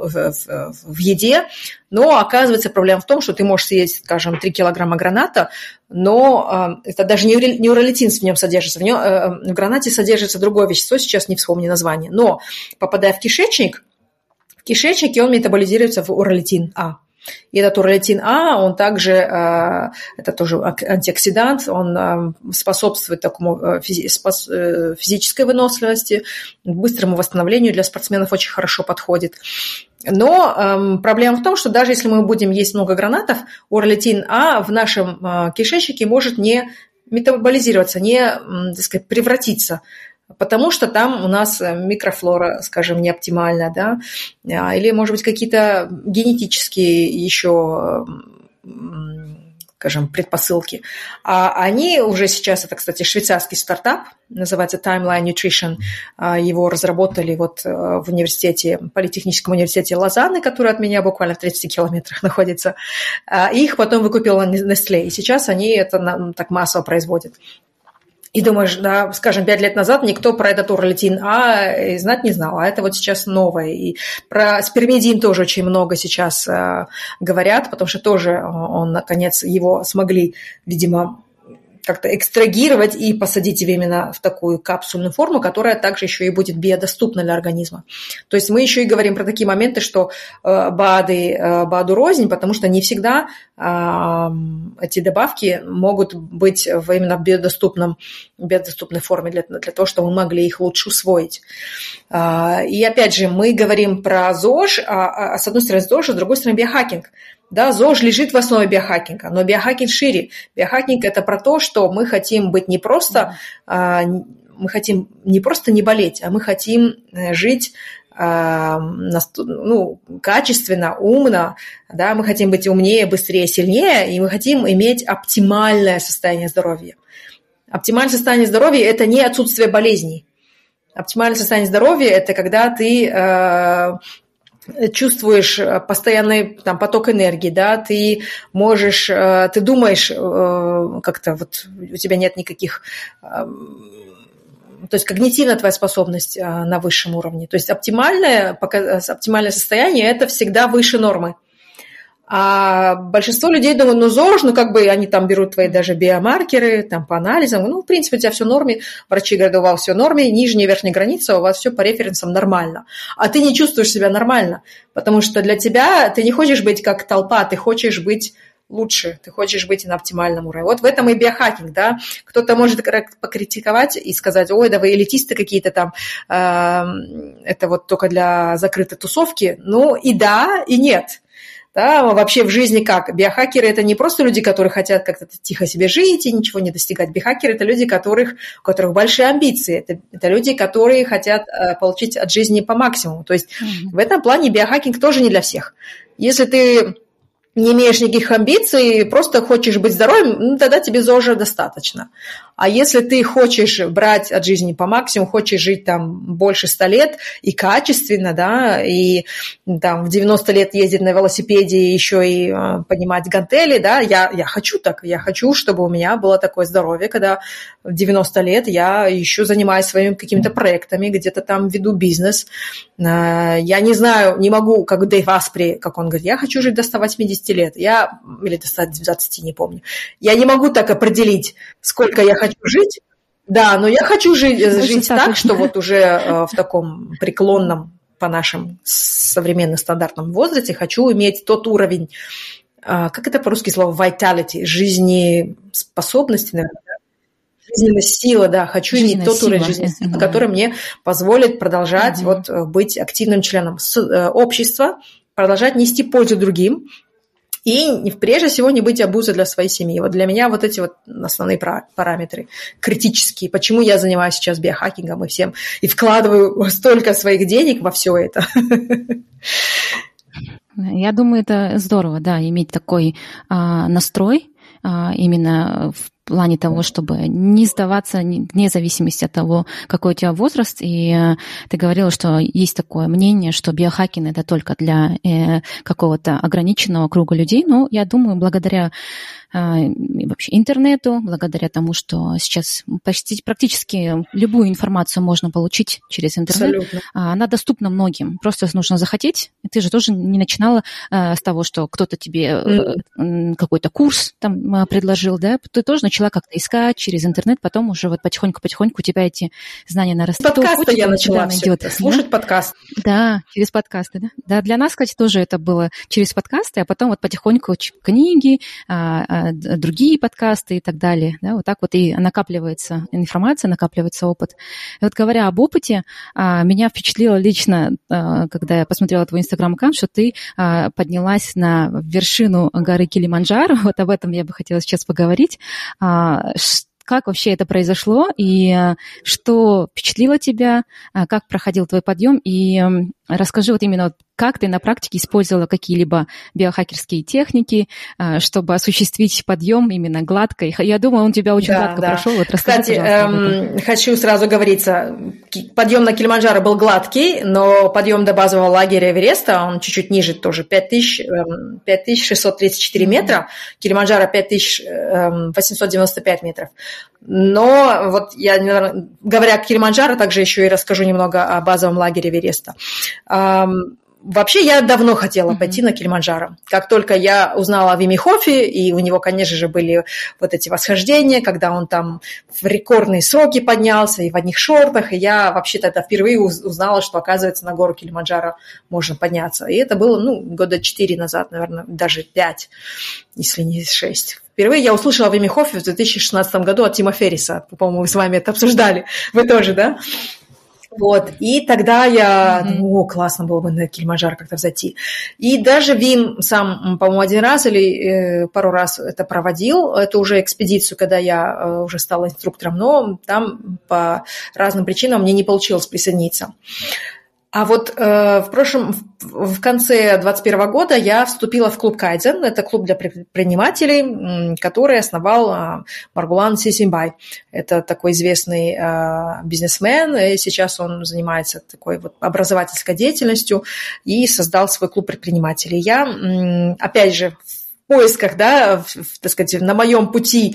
в еде. Но оказывается, проблема в том, что ты можешь съесть, скажем, 3 килограмма граната, но это даже не уролитин в нем содержится. В гранате содержится другое вещество, сейчас не вспомню название. Но попадая в кишечник он метаболизируется в уролитин А. И этот уролитин А, он также, это тоже антиоксидант, он способствует такому физической выносливости, быстрому восстановлению, для спортсменов очень хорошо подходит. Но проблема в том, что даже если мы будем есть много гранатов, уролитин А в нашем кишечнике может не метаболизироваться, не, так сказать, превратиться, потому что там у нас микрофлора, скажем, не оптимальная, да, или, может быть, какие-то генетические еще, скажем, предпосылки. А они уже сейчас, это, кстати, швейцарский стартап, называется Timeline Nutrition, его разработали вот в университете, Политехническом университете Лозанны, который от меня буквально в 30 километрах находится. Их потом выкупила Nestlé, и сейчас они это так массово производят. И думаешь, да, скажем, 5 лет назад никто про этот уролитин А знать не знал, а это вот сейчас новое. И про спермидин тоже очень много сейчас говорят, потому что тоже он, наконец, его смогли, видимо, как-то экстрагировать и посадить именно в такую капсульную форму, которая также еще и будет биодоступна для организма. То есть мы еще и говорим про такие моменты, что БАДу рознь, потому что не всегда эти добавки могут быть именно в биодоступной форме для того, чтобы мы могли их лучше усвоить. И опять же, мы говорим про ЗОЖ, с одной стороны ЗОЖ, а с другой стороны биохакинг. Да, ЗОЖ лежит в основе биохакинга, но биохакинг шире. Биохакинг – это про то, что мы хотим быть не просто не болеть, а мы хотим жить качественно, умно, да, мы хотим быть умнее, быстрее, сильнее, и мы хотим иметь оптимальное состояние здоровья. Оптимальное состояние здоровья – это не отсутствие болезней. Оптимальное состояние здоровья – это когда ты чувствуешь постоянный там поток энергии, да, ты можешь, ты думаешь как-то вот у тебя нет никаких, то есть когнитивная твоя способность на высшем уровне. То есть оптимальное состояние – это всегда выше нормы. А большинство людей думают, ЗОЖ, они там берут твои даже биомаркеры, там по анализам, в принципе, у тебя все в норме, врачи говорят, у вас все в норме, нижняя и верхняя граница, у вас все по референсам нормально. А ты не чувствуешь себя нормально, потому что для тебя ты не хочешь быть как толпа, ты хочешь быть лучше, ты хочешь быть на оптимальном уровне. Вот в этом и биохакинг, да. Кто-то может покритиковать и сказать, ой, да вы элитисты какие-то там, это вот только для закрытой тусовки. И да, и нет. Да, вообще в жизни как? Биохакеры – это не просто люди, которые хотят как-то тихо себе жить и ничего не достигать. Биохакеры – это люди, у которых большие амбиции. Это люди, которые хотят получить от жизни по максимуму. То есть в этом плане биохакинг тоже не для всех. Если ты не имеешь никаких амбиций, просто хочешь быть здоровым, тогда тебе ЗОЖа достаточно. А если ты хочешь брать от жизни по максимуму, хочешь жить там больше 100 лет и качественно, да, и там в 90 лет ездить на велосипеде и еще и поднимать гантели, да, я хочу так, я хочу, чтобы у меня было такое здоровье, когда в 90 лет я еще занимаюсь своими какими-то проектами, где-то там веду бизнес. Я не знаю, не могу, как Дэйв Аспри, как он говорит, я хочу жить до 180 лет, или до 120, не помню. Я не могу так определить, сколько я хочу жить, да, но я хочу жить так, что вот уже в таком преклонном, по нашим современным стандартам возрасте, хочу иметь тот уровень, как это по-русски слово, vitality, жизнеспособности, наверное, жизненная сила, да, хочу иметь тот уровень жизненной силы, который мне позволит продолжать быть активным членом общества, продолжать нести пользу другим, и прежде всего не быть обузой для своей семьи. Вот для меня вот эти вот основные параметры критические. Почему я занимаюсь сейчас биохакингом и вкладываю столько своих денег во все это. Я думаю, это здорово, да, иметь такой настрой именно в плане того, чтобы не сдаваться вне зависимости от того, какой у тебя возраст. И ты говорила, что есть такое мнение, что биохакинг – это только для какого-то ограниченного круга людей. Но я думаю, благодаря вообще интернету, благодаря тому, что сейчас практически любую информацию можно получить через интернет. Абсолютно. Она доступна многим. Просто нужно захотеть. И ты же тоже не начинала с того, что кто-то тебе какой-то курс там предложил, да? Ты тоже начала как-то искать через интернет, потом уже вот потихоньку у тебя эти знания нарастают. Подкасты я начала слушать подкаст. Да, через подкасты, да. Да, для нас, кстати, тоже это было через подкасты, а потом вот потихоньку книги, другие подкасты и так далее. Да, вот так вот и накапливается информация, накапливается опыт. И вот говоря об опыте, меня впечатлило лично, когда я посмотрела твой инстаграм-аккаунт, что ты поднялась на вершину горы Килиманджаро. Вот об этом я бы хотела сейчас поговорить. Как вообще это произошло и что впечатлило тебя, как проходил твой подъем, и расскажи вот именно, как ты на практике использовала какие-либо биохакерские техники, чтобы осуществить подъем именно гладко. Я думаю, он у тебя очень гладко прошел. Вот расскажи, кстати, хочу сразу говориться, подъем на Килиманджаро был гладкий, но подъем до базового лагеря Эвереста, он чуть-чуть ниже тоже, 5634 метра, Килиманджаро 5895 метров. Но вот я, говоря о Килиманджаро, также еще и расскажу немного о базовом лагере Эвереста. Вообще, я давно хотела пойти на Килиманджаро. Как только я узнала о Виме Хофе, и у него, конечно же, были вот эти восхождения, когда он там в рекордные сроки поднялся, и в одних шортах, и я вообще тогда впервые узнала, что, оказывается, на гору Килиманджаро можно подняться. И это было, года 4 назад, наверное, даже 5, если не 6. Впервые я услышала о Виме Хофе в 2016 году от Тима Ферриса. По-моему, мы с вами это обсуждали. Вы тоже, да? Вот, и тогда я думаю, классно было бы на Килиманджаро как-то взойти. И даже Вим сам, по-моему, один раз или пару раз это проводил, это уже экспедицию, когда я уже стала инструктором, но там по разным причинам мне не получилось присоединиться. А вот в конце 2021 года я вступила в клуб Кайдзен. Это клуб для предпринимателей, который основал Маргулан Сисимбай. Это такой известный бизнесмен, и сейчас он занимается такой вот образовательской деятельностью и создал свой клуб предпринимателей. Я, опять же, в поисках, да, так сказать, на моем пути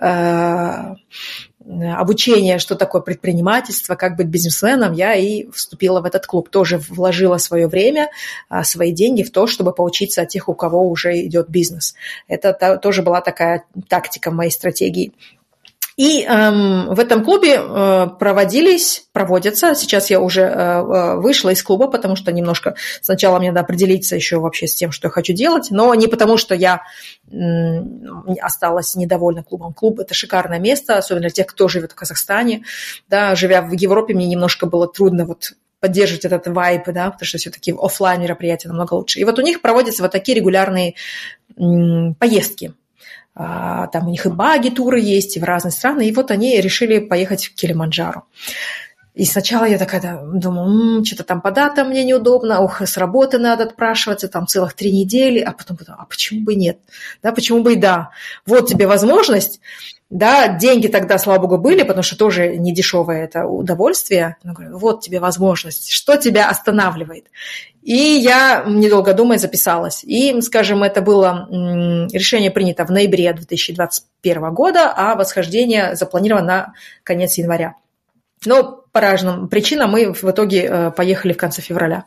обучение, что такое предпринимательство, как быть бизнесменом, я и вступила в этот клуб. Тоже вложила свое время, свои деньги в то, чтобы поучиться от тех, у кого уже идет бизнес. Это тоже была такая тактика моей стратегии. И в этом клубе проводятся, сейчас я уже вышла из клуба, потому что немножко сначала мне надо определиться еще вообще с тем, что я хочу делать, но не потому, что я осталась недовольна клубом. Клуб – это шикарное место, особенно для тех, кто живет в Казахстане. Да, живя в Европе, мне немножко было трудно вот поддерживать этот вайб, да, потому что все-таки офлайн мероприятия намного лучше. И вот у них проводятся вот такие регулярные поездки. Там у них и баги-туры есть, и в разные страны. И вот они решили поехать в Килиманджаро. И сначала я такая думаю, что-то там по датам мне неудобно, с работы надо отпрашиваться, там целых 3 недели, а потом подумала, почему бы и нет, да, почему бы и да. Вот тебе возможность, да, деньги тогда, слава богу, были, потому что тоже не дешевое это удовольствие. Но говорю, вот тебе возможность, что тебя останавливает? И я, недолго думая, записалась. И, скажем, это было решение принято в ноябре 2021 года, а восхождение запланировано на конец января. Но по разным причинам мы в итоге поехали в конце февраля.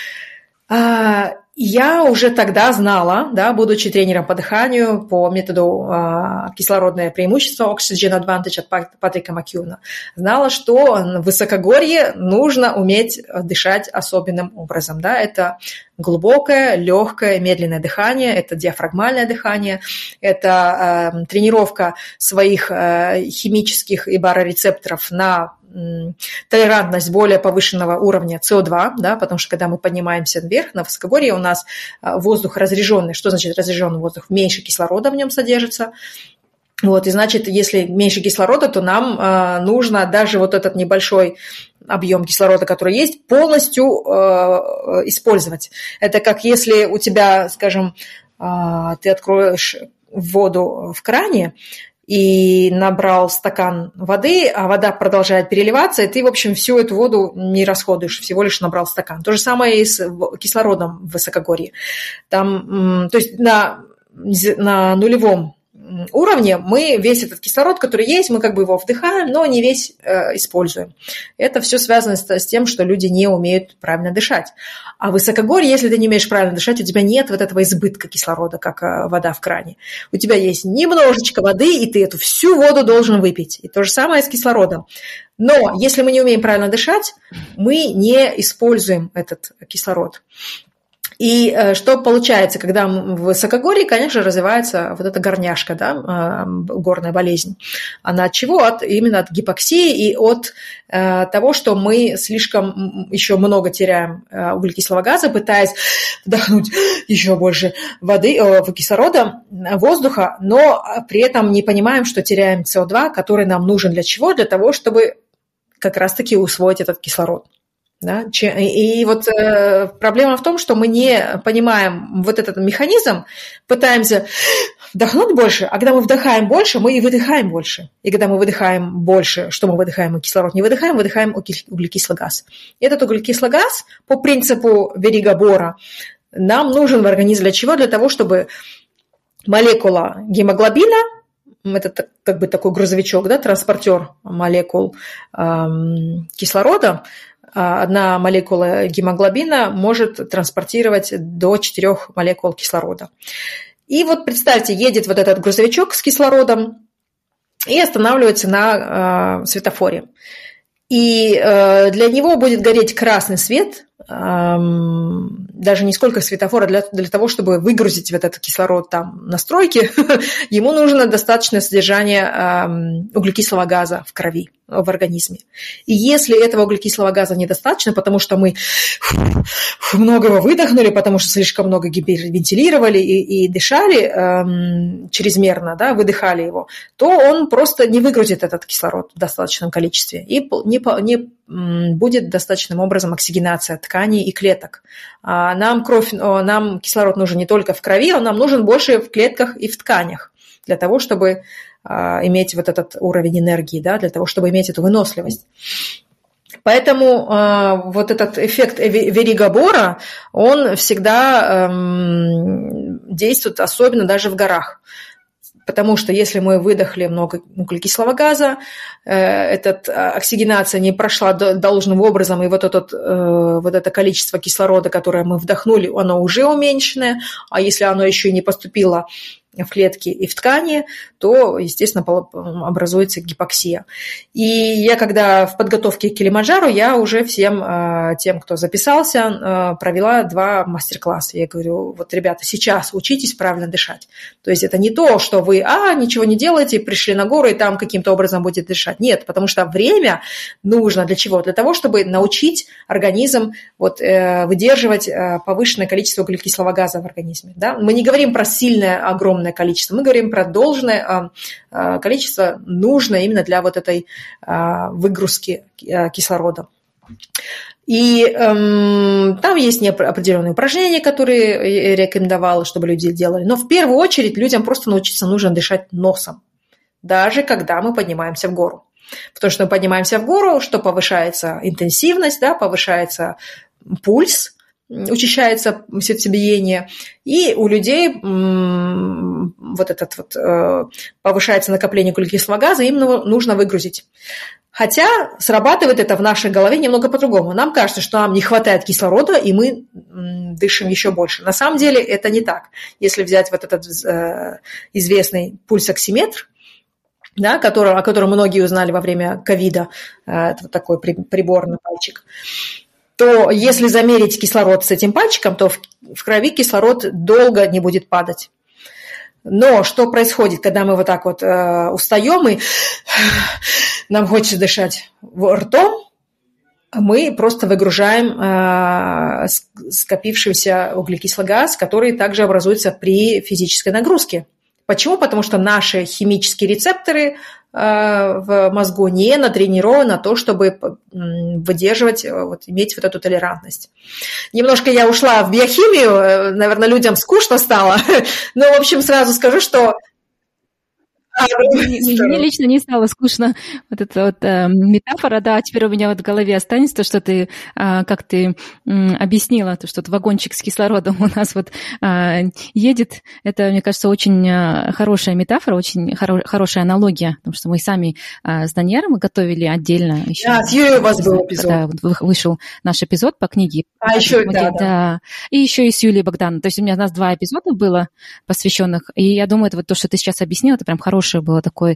Я уже тогда знала, да, будучи тренером по дыханию по методу кислородное преимущество Oxygen Advantage от Патрика Макьюна, знала, что в высокогорье нужно уметь дышать особенным образом. Да? Это глубокое, легкое, медленное дыхание, это диафрагмальное дыхание, это тренировка своих химических и барорецепторов на толерантность более повышенного уровня СО2, да, потому что когда мы поднимаемся вверх на высокогорье, у нас воздух разряженный. Что значит разряженный воздух? Меньше кислорода в нем содержится. Вот, и значит, если меньше кислорода, то нам нужно даже вот этот небольшой объем кислорода, который есть, полностью использовать. Это как если у тебя, скажем, ты откроешь воду в кране, и набрал стакан воды, а вода продолжает переливаться, и ты, в общем, всю эту воду не расходуешь, всего лишь набрал стакан. То же самое и с кислородом в высокогорье. Там, то есть на нулевом уровне мы весь этот кислород, который есть, мы как бы его вдыхаем, но не весь используем. Это все связано с тем, что люди не умеют правильно дышать. А в высокогорье, если ты не умеешь правильно дышать, у тебя нет вот этого избытка кислорода, как вода в кране. У тебя есть немножечко воды, и ты эту всю воду должен выпить. И то же самое с кислородом. Но если мы не умеем правильно дышать, мы не используем этот кислород. И что получается, когда в высокогорье, конечно, развивается вот эта горняшка, да, горная болезнь. Она от чего? Именно от гипоксии и от того, что мы слишком еще много теряем углекислого газа, пытаясь вдохнуть еще больше воды, кислорода, воздуха, но при этом не понимаем, что теряем СО2, который нам нужен для чего? Для того, чтобы как раз-таки усвоить этот кислород. Да? И вот проблема в том, что мы не понимаем вот этот механизм, пытаемся вдохнуть больше, а когда мы вдыхаем больше, мы и выдыхаем больше. И когда мы выдыхаем больше, что мы выдыхаем, мы кислород не выдыхаем, выдыхаем углекислый газ. И этот углекислый газ по принципу Верига-Бора нам нужен в организме для чего? Для того, чтобы молекула гемоглобина, это как бы такой грузовичок, да, транспортер молекул кислорода, одна молекула гемоглобина может транспортировать до 4 молекул кислорода. И вот представьте, едет вот этот грузовичок с кислородом и останавливается на светофоре. И для него будет гореть красный свет, даже не сколько светофора, для того, чтобы выгрузить вот этот кислород там на стройке, ему нужно достаточное содержание углекислого газа в крови, в организме. И если этого углекислого газа недостаточно, потому что мы много его выдохнули, потому что слишком много гипервентилировали и дышали чрезмерно, да, выдыхали его, то он просто не выгрузит этот кислород в достаточном количестве и не будет достаточным образом оксигенация тканей и клеток. Нам кислород нужен не только в крови, он нам нужен больше в клетках и в тканях для того, чтобы иметь вот этот уровень энергии, да, для того, чтобы иметь эту выносливость. Поэтому вот этот эффект Верига-Бора, он всегда действует, особенно даже в горах. Потому что если мы выдохли много углекислого газа, эта оксигенация не прошла должным образом, и вот это количество кислорода, которое мы вдохнули, оно уже уменьшенное, а если оно еще и не поступило в клетки и в ткани, то, естественно, образуется гипоксия. И я, когда в подготовке к Килиманджаро, я уже всем тем, кто записался, провела 2 мастер-класса. Я говорю, вот, ребята, сейчас учитесь правильно дышать. То есть это не то, что вы, ничего не делаете, пришли на гору и там каким-то образом будете дышать. Нет, потому что время нужно для чего? Для того, чтобы научить организм выдерживать повышенное количество углекислого газа в организме. Да? Мы не говорим про сильное, огромное количество. Мы говорим про должное количество, нужное именно для вот этой выгрузки кислорода. И там есть определенные упражнения, которые я рекомендовала, чтобы люди делали. Но в первую очередь людям просто научиться нужно дышать носом, даже когда мы поднимаемся в гору. Потому что мы поднимаемся в гору, что повышается интенсивность, да, повышается пульс, учащается сердцебиение, и у людей повышается накопление углекислого газа, им нужно выгрузить. Хотя срабатывает это в нашей голове немного по-другому. Нам кажется, что нам не хватает кислорода, и мы дышим еще больше. На самом деле это не так. Если взять вот этот известный пульсоксиметр, да, о котором многие узнали во время ковида, это вот такой прибор на пальчик, то если замерить кислород с этим пальчиком, то в крови кислород долго не будет падать. Но что происходит, когда мы вот так вот устаем и нам хочется дышать ртом, мы просто выгружаем скопившийся углекислый газ, который также образуется при физической нагрузке. Почему? Потому что наши химические рецепторы в мозгу не натренированы на то, чтобы выдерживать, иметь вот эту толерантность. Немножко я ушла в биохимию, наверное, людям скучно стало, но, в общем, сразу скажу, что Мне лично не стало скучно вот эта вот метафора, да, теперь у меня вот в голове останется то, что ты, как ты объяснила, то, что вот вагончик с кислородом у нас вот едет. Это, мне кажется, очень хорошая метафора, очень хорошая аналогия, потому что мы сами с Даниэром готовили отдельно. Еще, да, с Юлей у вас был эпизод. Когда вышел наш эпизод по книге. Еще, да. И еще и с Юлией Богдановной. То есть у нас 2 эпизода было посвященных, и я думаю, это вот то, что ты сейчас объяснила, это прям хорошее было такой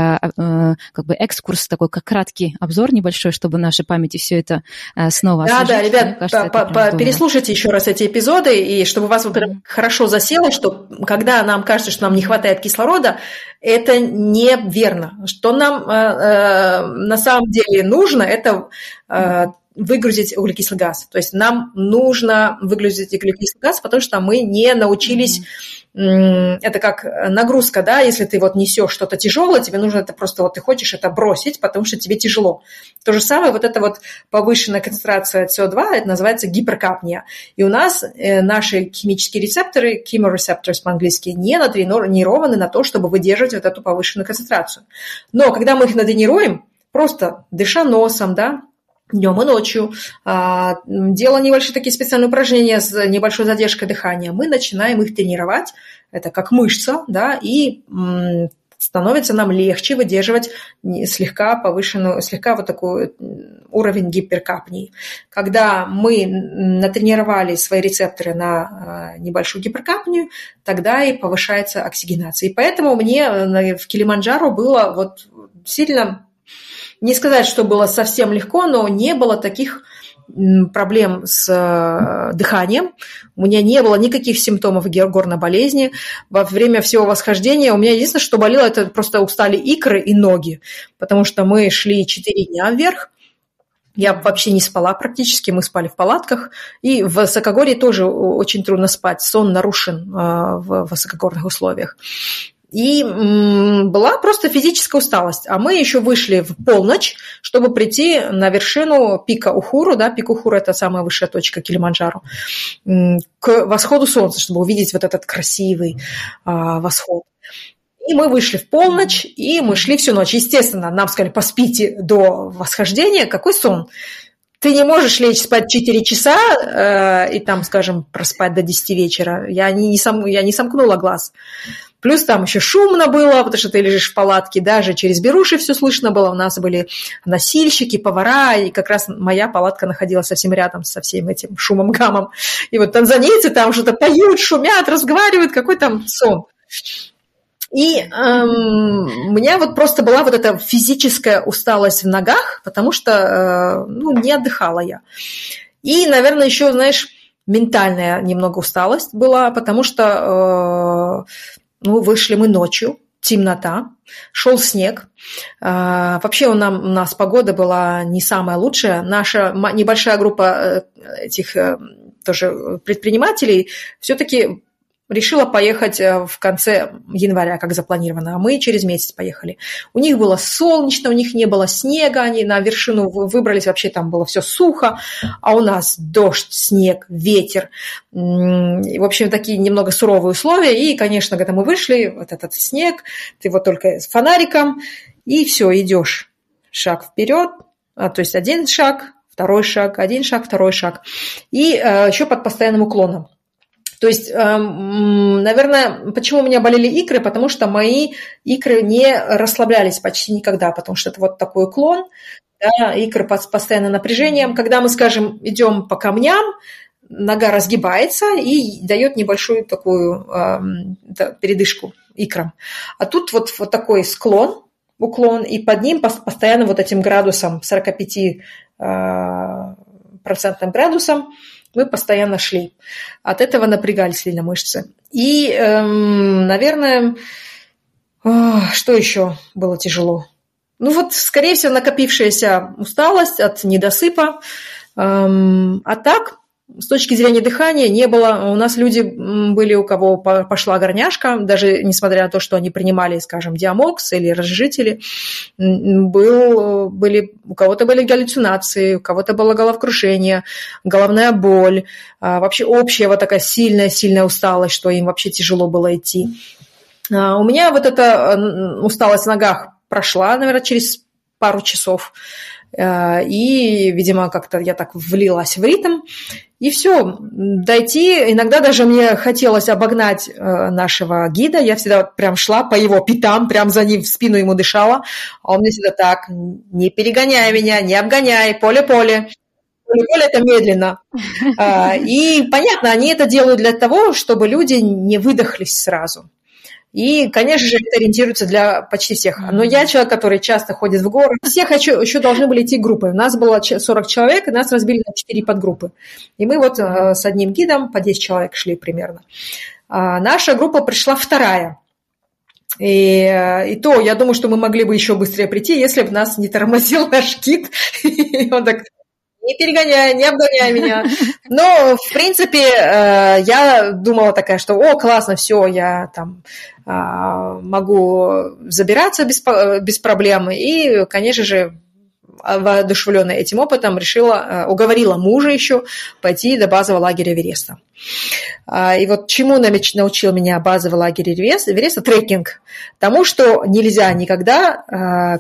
как бы экскурс, такой как краткий обзор небольшой, чтобы в нашей памяти все это снова освежить. Да, ребят, кажется, переслушайте еще раз эти эпизоды, и чтобы у вас вот хорошо засело, что когда нам кажется, что нам не хватает кислорода, это неверно. Что нам на самом деле нужно, это выгрузить углекислый газ. То есть нам нужно выгрузить углекислый газ, потому что мы не научились... Это как нагрузка, да, если ты вот несешь что-то тяжелое, тебе нужно это просто, вот ты хочешь это бросить, потому что тебе тяжело. То же самое, вот эта вот повышенная концентрация СО2, это называется гиперкапния. И у нас наши химические рецепторы, chemoreceptors по-английски, не натренированы на то, чтобы выдерживать вот эту повышенную концентрацию. Но когда мы их натренируем, просто дыша носом, да, днем и ночью, делая небольшие такие специальные упражнения с небольшой задержкой дыхания, мы начинаем их тренировать, это как мышца, да, и становится нам легче выдерживать слегка вот такой уровень гиперкапнии. Когда мы натренировали свои рецепторы на небольшую гиперкапнию, тогда и повышается оксигенация. И поэтому мне в Килиманджаро было вот сильно... Не сказать, что было совсем легко, но не было таких проблем с дыханием. У меня не было никаких симптомов горной болезни. Во время всего восхождения у меня единственное, что болело, это просто устали икры и ноги, потому что мы шли 4 дня вверх. Я вообще не спала практически, мы спали в палатках. И в высокогорье тоже очень трудно спать, сон нарушен в высокогорных условиях. И была просто физическая усталость. А мы еще вышли в полночь, чтобы прийти на вершину пика Ухуру. Да, пик Ухуру – это самая высшая точка Килиманджаро. К восходу солнца, чтобы увидеть вот этот красивый восход. И мы вышли в полночь, и мы шли всю ночь. Естественно, нам сказали, поспите до восхождения. Какой сон? Ты не можешь лечь спать 4 часа и там, скажем, проспать до 10 вечера. Я не сомкнула глаз. Плюс там еще шумно было, потому что ты лежишь в палатке, даже через беруши все слышно было. У нас были носильщики, повара, и как раз моя палатка находилась совсем рядом со всем этим шумом, гамом. И вот танзанийцы там что-то поют, шумят, разговаривают, какой там сон. И у меня вот просто была вот эта физическая усталость в ногах, потому что не отдыхала я. И, наверное, еще, знаешь, ментальная немного усталость была, потому что вышли мы ночью, темнота, шел снег. Вообще у нас погода была не самая лучшая. Наша небольшая группа этих тоже предпринимателей все-таки решила поехать в конце января, как запланировано, а мы через месяц поехали. У них было солнечно, у них не было снега, они на вершину выбрались, вообще там было все сухо, а у нас дождь, снег, ветер. В общем, такие немного суровые условия. И, конечно, когда мы вышли, вот этот снег, ты вот только с фонариком, и все, идешь шаг вперед, то есть один шаг, второй шаг, один шаг, второй шаг. И еще под постоянным уклоном. То есть, наверное, почему у меня болели икры? Потому что мои икры не расслаблялись почти никогда, потому что это вот такой уклон, да, икры под постоянным напряжением. Когда мы, скажем, идем по камням, нога разгибается и дает небольшую такую передышку икрам. А тут вот такой уклон, и под ним постоянно вот этим градусом, 45% градусом, мы постоянно шли. От этого напрягались сильно мышцы. И, наверное, что еще было тяжело? Скорее всего, накопившаяся усталость от недосыпа. А так, с точки зрения дыхания, не было. У нас люди были, у кого пошла горняшка, даже несмотря на то, что они принимали, скажем, диамокс или разжижители, у кого-то были галлюцинации, у кого-то было головокружение, головная боль, вообще общая вот такая сильная усталость, что им вообще тяжело было идти. У меня вот эта усталость в ногах прошла, наверное, через пару часов. И, видимо, как-то я так влилась в ритм. И все, дойти. Иногда даже мне хотелось обогнать нашего гида. Я всегда прям шла по его пятам, прям за ним в спину ему дышала. А он мне всегда так: не перегоняй меня, не обгоняй, поле-поле. Поле-поле – это медленно. И, понятно, они это делают для того, чтобы люди не выдохлись сразу. И, конечно же, это ориентируется для почти всех. Но я человек, который часто ходит в горы. Все еще должны были идти группой. У нас было 40 человек, и нас разбили на 4 подгруппы. И мы вот с одним гидом по 10 человек шли примерно. Наша группа пришла вторая. И то, я думаю, что мы могли бы еще быстрее прийти, если бы нас не тормозил наш гид. И он так: не перегоняй, не обгоняй меня. Но, в принципе, я думала такая, что классно, все, я там могу забираться без проблем. И, конечно же, воодушевленная этим опытом, уговорила мужа еще пойти до базового лагеря Эвереста. И вот чему научил меня базовый лагерь Эвереста? Трекинг. Тому, что нельзя никогда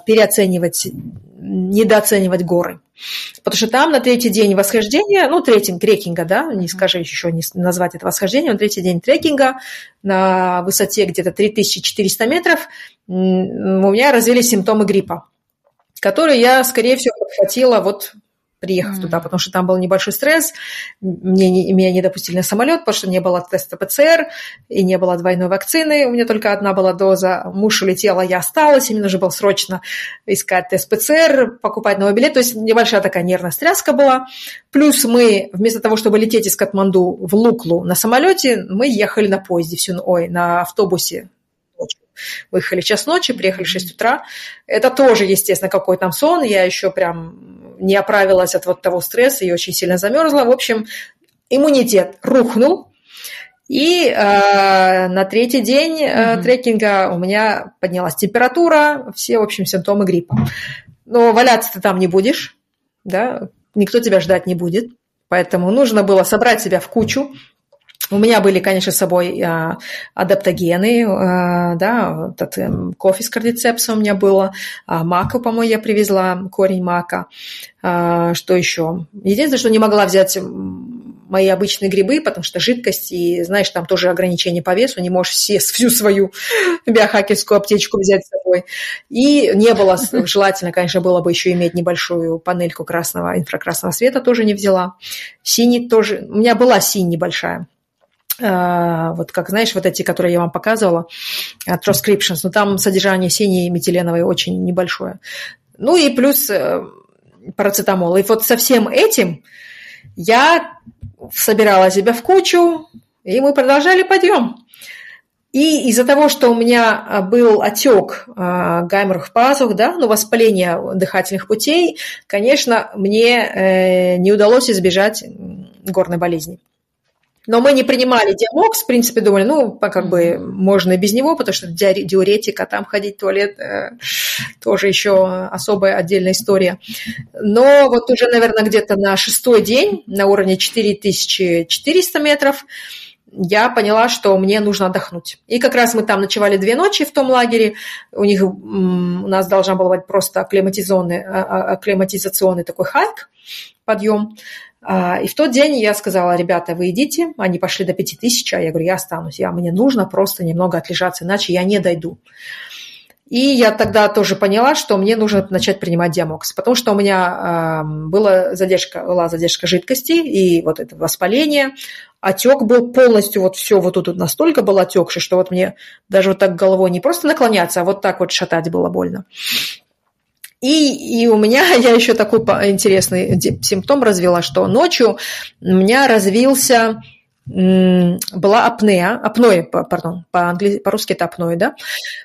недооценивать горы. Потому что там на третий день восхождения, трекинга, да, не скажи еще, не назвать это восхождением, на третий день трекинга на высоте где-то 3400 метров у меня развились симптомы гриппа, которые я, скорее всего, подхватила приехав туда, потому что там был небольшой стресс, меня не допустили на самолет, потому что не было теста ПЦР и не было двойной вакцины, у меня только одна была доза, муж улетел, а я осталась, и мне нужно было срочно искать тест ПЦР, покупать новый билет, то есть небольшая такая нервная стряска была, плюс мы, вместо того, чтобы лететь из Катманду в Луклу на самолете, мы ехали на поезде, на автобусе. Выехали в 1:00 ночи, приехали в 6 утра. Это тоже, естественно, какой там сон. Я еще прям не оправилась от того стресса и очень сильно замерзла. В общем, иммунитет рухнул. И на третий день трекинга у меня поднялась температура, все, в общем, симптомы гриппа. Но валяться ты там не будешь, да, никто тебя ждать не будет. Поэтому нужно было собрать себя в кучу. У меня были, конечно, с собой адаптогены, да, кофе с кардицепсом у меня было, мака, по-моему, я привезла, корень мака. Что еще? Единственное, что не могла взять мои обычные грибы, потому что жидкость, и, знаешь, там тоже ограничение по весу, не можешь всю свою биохакерскую аптечку взять с собой. И не было, желательно, конечно, было бы еще иметь небольшую панельку инфракрасного света, тоже не взяла. Синий тоже, у меня была синь небольшая. Как, знаешь, эти, которые я вам показывала, transcriptions, но там содержание синей метиленовой очень небольшое. Ну и плюс парацетамол. И со всем этим я собирала себя в кучу, и мы продолжали подъем. И из-за того, что у меня был отек гайморовых пазух, да, воспаление дыхательных путей, конечно, мне не удалось избежать горной болезни. Но мы не принимали диамокс, в принципе, думали, можно и без него, потому что диуретик, а там ходить в туалет тоже еще особая отдельная история. Но уже, наверное, где-то на 6-й день на уровне 4400 метров я поняла, что мне нужно отдохнуть. И как раз мы там ночевали 2 ночи в том лагере. У нас должна была быть просто акклиматизационный такой хайк, подъем. И в тот день я сказала: ребята, вы идите. Они пошли до 5000, а я говорю: я останусь. Мне нужно просто немного отлежаться, иначе я не дойду. И я тогда тоже поняла, что мне нужно начать принимать диамокс, потому что у меня была задержка жидкости и это воспаление. Отек был полностью, все тут настолько был отекший, что мне даже так головой не просто наклоняться, а так шатать было больно. И у меня, я еще такой интересный симптом развила, что ночью у меня была апноэ, по-русски это апноэ, да,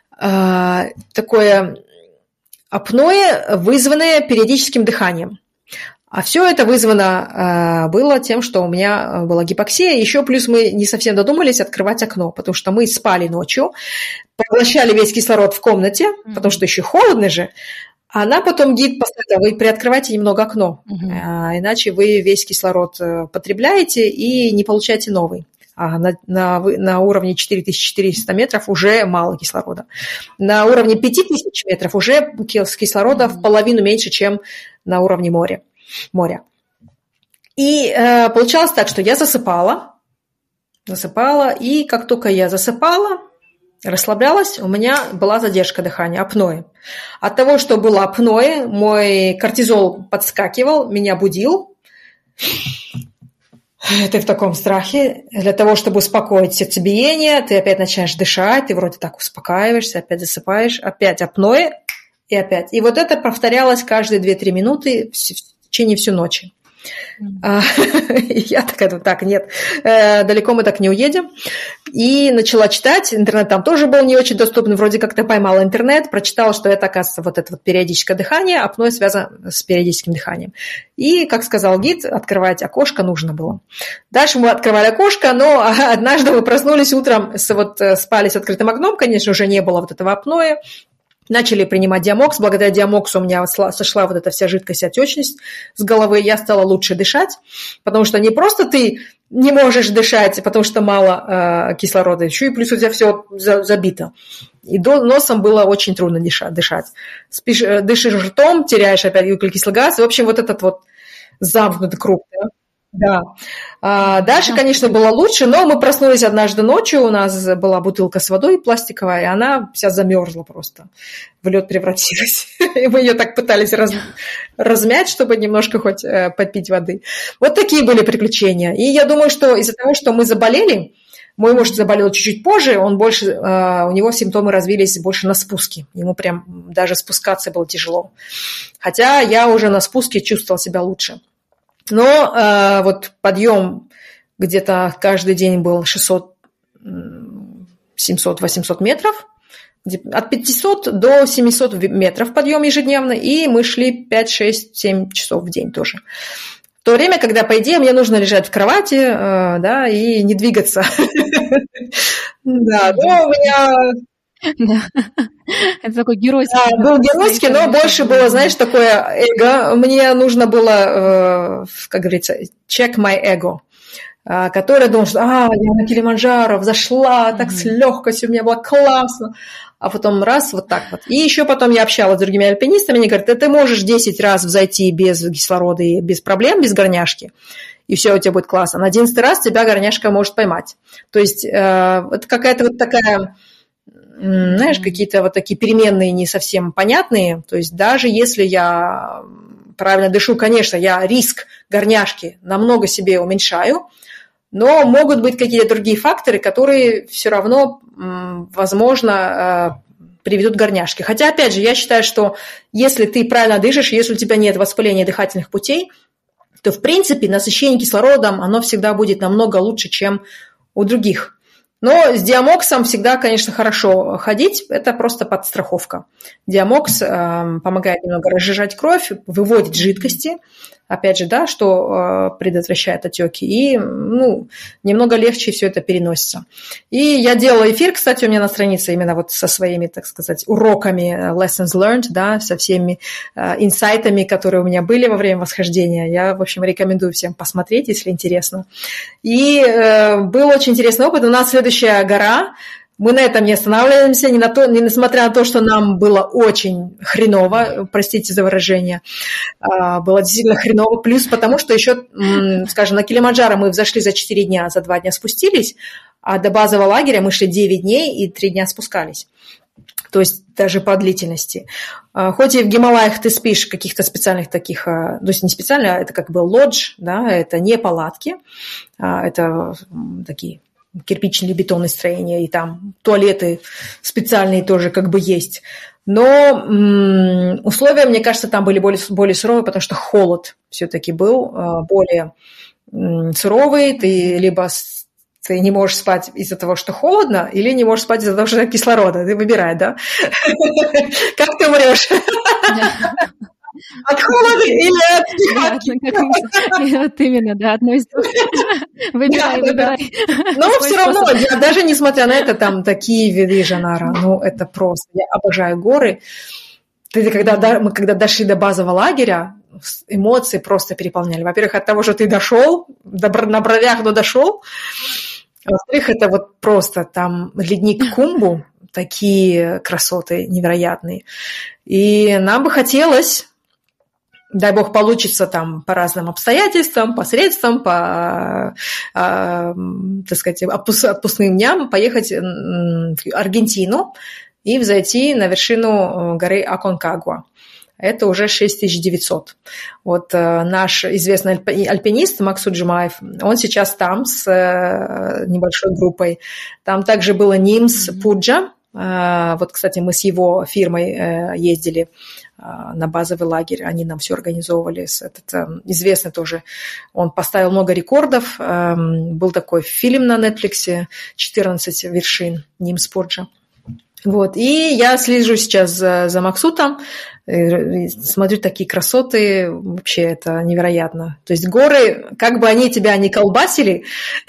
такое апноэ, вызванное периодическим дыханием. А все это вызвано было тем, что у меня была гипоксия, еще плюс мы не совсем додумались открывать окно, потому что мы спали ночью, поглощали весь кислород в комнате, потому что еще холодно же. Она потом гид посоветовала: вы приоткрывайте немного окно, иначе вы весь кислород потребляете и не получаете новый. а на уровне 4400 метров уже мало кислорода. На уровне 5000 метров уже кислорода в половину меньше, чем на уровне моря. И получалось так, что я засыпала, и как только я засыпала, расслаблялась, у меня была задержка дыхания, апноэ. От того, что было апноэ, мой кортизол подскакивал, меня будил. Ты в таком страхе. Для того, чтобы успокоить сердцебиение, ты опять начинаешь дышать, ты вроде так успокаиваешься, опять засыпаешь, опять апноэ и опять. И вот это повторялось каждые 2-3 минуты в течение всей ночи. Я такая, так, нет, далеко мы так не уедем. И начала читать, интернет там тоже был не очень доступный, вроде как-то поймала интернет, прочитала, что это, оказывается, вот это вот периодическое дыхание, апноэ связано с периодическим дыханием. И, как сказал гид, открывать окошко нужно было. Дальше мы открывали окошко, но однажды мы проснулись утром, спали с открытым окном, конечно, уже не было вот этого апноэ. Начали принимать диамокс. Благодаря диамоксу у меня сошла вот эта вся жидкость, отечность с головы. Я стала лучше дышать, потому что не просто ты не можешь дышать, потому что мало кислорода, еще и плюс у тебя все забито. И носом было очень трудно дышать. Дышишь ртом, теряешь опять углекислый газ. В общем, вот этот вот замкнутый круг, да. Дальше, конечно, было лучше, но мы проснулись однажды ночью, у нас была бутылка с водой пластиковая, и она вся замерзла просто, в лед превратилась. И мы ее так пытались размять, чтобы немножко хоть попить воды. Вот такие были приключения. И я думаю, что из-за того, что мы заболели, мой муж заболел чуть-чуть позже, у него симптомы развились больше на спуске. Ему прям даже спускаться было тяжело. Хотя я уже на спуске чувствовала себя лучше. Но вот подъем где-то каждый день был 600, 700, 800 метров, от 500 до 700 метров подъем ежедневно, и мы шли 5, 6, 7 часов в день тоже. В то время, когда, по идее, мне нужно лежать в кровати, да, и не двигаться. Да, но у меня... Это такой геройский. Да, был геройский, но больше было, знаешь, такое эго. Мне нужно было, как говорится, check my ego, которое думало, что я на Килиманджаро взошла, так с легкостью, у меня было классно. А потом раз, вот так вот. И еще потом я общалась с другими альпинистами, они говорят, ты можешь 10 раз взойти без кислорода и без проблем, без горняшки, и все у тебя будет классно. На 11-й раз тебя горняшка может поймать. То есть это какая-то вот такая... Знаешь, какие-то вот такие переменные не совсем понятные. То есть даже если я правильно дышу, конечно, я риск горняшки намного себе уменьшаю, но могут быть какие-то другие факторы, которые все равно, возможно, приведут к горняшке. Хотя, опять же, я считаю, что если ты правильно дышишь, если у тебя нет воспаления дыхательных путей, то, в принципе, насыщение кислородом, оно всегда будет намного лучше, чем у других. Но с диамоксом всегда, конечно, хорошо ходить, это просто подстраховка. Диамокс помогает немного разжижать кровь, выводит жидкости, опять же, да, что предотвращает отеки, и немного легче все это переносится. И я делала эфир, кстати, у меня на странице именно вот со своими, так сказать, уроками lessons learned, да, со всеми инсайтами, которые у меня были во время восхождения. Я, в общем, рекомендую всем посмотреть, если интересно. И был очень интересный опыт. У нас следующая гора. Мы на этом не останавливаемся, несмотря на то, что нам было очень хреново, простите за выражение, было действительно хреново, плюс потому, что еще, скажем, на Килиманджаро мы взошли за 4 дня, за 2 дня спустились, а до базового лагеря мы шли 9 дней и 3 дня спускались. То есть даже по длительности. Хоть и в Гималаях ты спишь в каких-то специальных таких, то есть не специально, это как бы лодж, да, это не палатки, это такие кирпичные бетонные строения, и там туалеты специальные тоже как бы есть. Но условия, мне кажется, там были более суровые, потому что холод все-таки был более суровый. Ты либо ты не можешь спать из-за того, что холодно, или не можешь спать из-за того, что нет кислорода. Ты выбирай, да? Как ты умрешь? От холода или от нехватки? Вот именно, да, одно из двух. Выбирай. Но все равно, даже несмотря на это, там такие виды Жанара, это просто, я обожаю горы. Мы когда дошли до базового лагеря, эмоции просто переполняли. Во-первых, от того, что ты дошел, на бровях, но дошел. Во-вторых, это вот просто там ледник Кумбу, такие красоты невероятные. И нам бы хотелось, дай бог получится там по разным обстоятельствам, по средствам, по, так сказать, отпускным дням поехать в Аргентину и взойти на вершину горы Аконкагуа. Это уже 6900. Вот наш известный альпинист Максут Джумаев, он сейчас там с небольшой группой. Там также было Нимс Пуджа. Вот, кстати, мы с его фирмой ездили на базовый лагерь. Они нам все организовывали. Этот известный тоже. Он поставил много рекордов. Был такой фильм на Netflix «14 вершин» Нимс Пуджа. Вот. И я слежу сейчас за Максутом, смотрю такие красоты, вообще это невероятно. То есть горы, как бы они тебя не колбасили,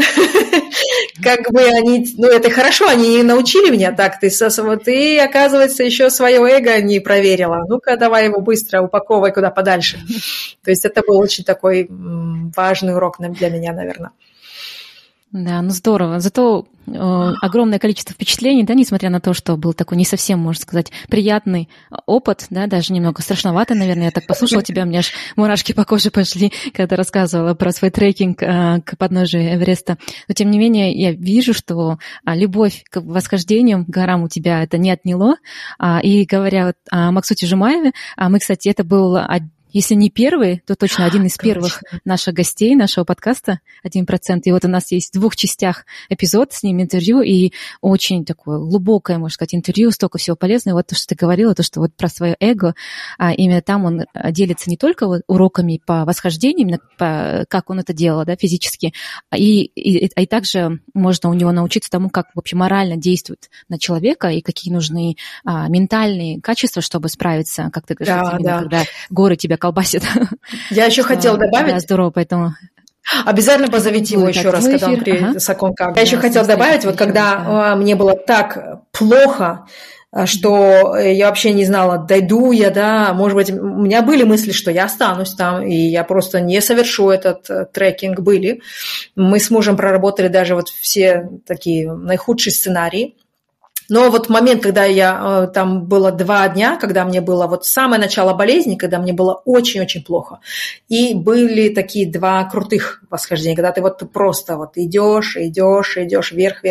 как бы они, ну это хорошо, они не научили меня так, ты, оказывается, еще свое эго не проверила. Ну-ка, давай его быстро упаковывай куда подальше. То есть это был очень такой важный урок для меня, наверное. Да, ну здорово. Зато огромное количество впечатлений, да, несмотря на то, что был такой не совсем, можно сказать, приятный опыт, да, даже немного страшновато, наверное. Я так послушала тебя, у меня аж мурашки по коже пошли, когда рассказывала про свой трекинг к подножию Эвереста. Но, тем не менее, я вижу, что любовь к восхождениям, к горам у тебя это не отняло. И говоря о Максуте Жумаеве, мы, кстати, это был если не первый, то точно один из первых наших гостей нашего подкаста 1%. И вот у нас есть в 2 частях эпизод с ним, интервью, и очень такое глубокое, можно сказать, интервью, столько всего полезного. Вот то, что ты говорила, то, что вот про свое эго, именно там он делится не только вот уроками по восхождению, именно как он это делал, да, физически, и также можно у него научиться тому, как вообще морально действует на человека и какие нужны ментальные качества, чтобы справиться, как ты говоришь, именно когда горы тебя колбасит. Я еще хотела добавить. Да, здорово, поэтому... Обязательно позовите его еще раз, когда он приедет с Аконкагуа. Я еще хотела добавить, вот когда мне было так плохо, что я вообще не знала, дойду я, да, может быть, у меня были мысли, что я останусь там, и я просто не совершу этот трекинг, были. Мы с мужем проработали даже вот все такие наихудшие сценарии. Но вот момент, когда там было 2 дня, когда мне было вот самое начало болезни, когда мне было очень-очень плохо. И были такие 2 крутых восхождения, когда ты вот просто вот идешь вверх.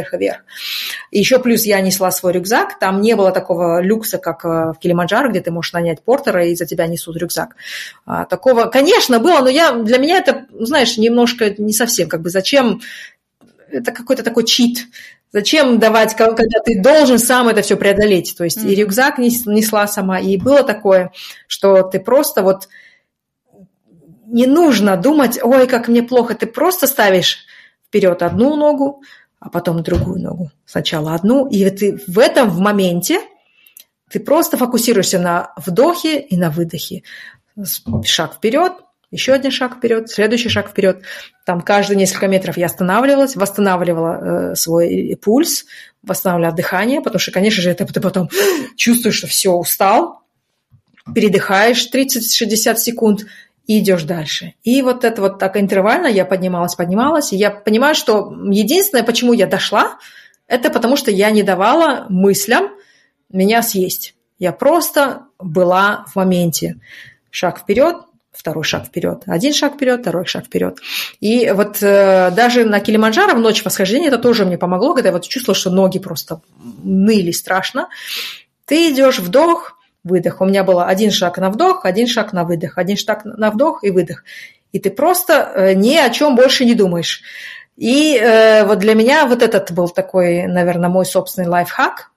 И еще плюс я несла свой рюкзак. Там не было такого люкса, как в Килиманджаро, где ты можешь нанять портера, и за тебя несут рюкзак. Такого, конечно, было, но для меня это, знаешь, немножко не совсем, как бы зачем, это какой-то такой чит. Зачем давать, когда ты должен сам это все преодолеть? То есть и рюкзак несла сама, и было такое, что ты просто вот не нужно думать, ой, как мне плохо, ты просто ставишь вперед одну ногу, а потом другую ногу. Сначала одну, и ты в моменте ты просто фокусируешься на вдохе и на выдохе. Шаг вперед, еще один шаг вперед, следующий шаг вперед. Там каждые несколько метров я останавливалась, восстанавливала свой пульс, восстанавливала дыхание, потому что, конечно же, ты потом чувствуешь, что все, устал, передыхаешь 30-60 секунд и идешь дальше. И вот это вот так интервально я поднималась, и я понимаю, что единственное, почему я дошла, это потому что я не давала мыслям меня съесть. Я просто была в моменте. Шаг вперед, второй шаг вперед, один шаг вперед, второй шаг вперед. И вот даже на Килиманджаро в ночь восхождения это тоже мне помогло, когда я вот чувствовала, что ноги просто ныли страшно. Ты идешь вдох, выдох. У меня было 1 шаг на вдох, 1 шаг на выдох, 1 шаг на вдох и выдох. И ты просто ни о чем больше не думаешь. И вот для меня вот этот был такой, наверное, мой собственный лайфхак,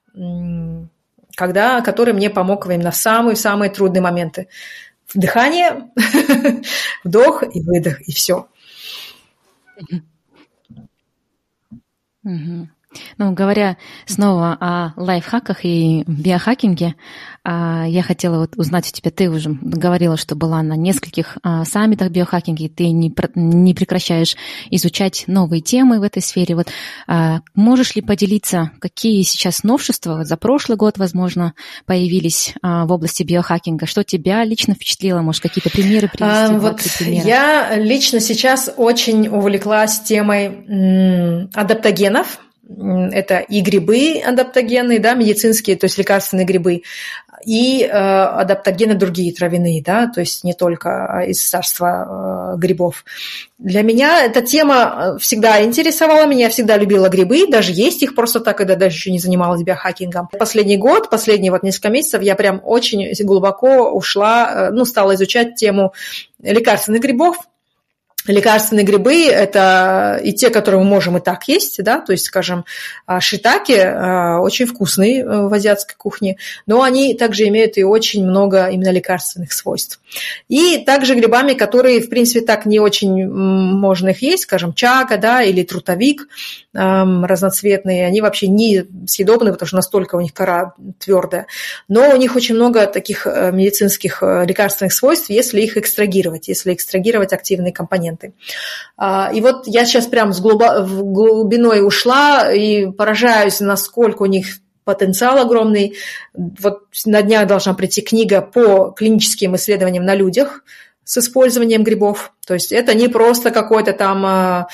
который мне помог именно в самые-самые трудные моменты. Дыхание, вдох и выдох, и все. Ну, говоря снова о лайфхаках и биохакинге, я хотела вот узнать у тебя, ты уже говорила, что была на нескольких саммитах биохакинга, и ты не прекращаешь изучать новые темы в этой сфере. Вот можешь ли поделиться, какие сейчас новшества вот за прошлый год, возможно, появились в области биохакинга? Что тебя лично впечатлило? Может, какие-то примеры привести? Вот примера? Я лично сейчас очень увлеклась темой адаптогенов. Это и грибы адаптогенные, да, медицинские, то есть лекарственные грибы, и адаптогены другие травяные, да, то есть не только из царства грибов. Для меня эта тема всегда интересовала меня, я всегда любила грибы, даже есть их просто так, когда даже еще не занималась биохакингом. Последний год, последние вот несколько месяцев я прям очень глубоко ушла, стала изучать тему лекарственных грибов. Лекарственные грибы – это и те, которые мы можем и так есть, да, то есть, скажем, шитаки очень вкусные в азиатской кухне, но они также имеют и очень много именно лекарственных свойств. И также грибами, которые, в принципе, так не очень можно их есть, скажем, чака, да, или трутовик разноцветные, они вообще не съедобны, потому что настолько у них кора твердая, но у них очень много таких медицинских лекарственных свойств, если их экстрагировать, активные компоненты. И вот я сейчас прям в глубиной ушла и поражаюсь, насколько у них потенциал огромный. Вот на днях должна прийти книга по клиническим исследованиям на людях с использованием грибов. То есть это не просто какой-то там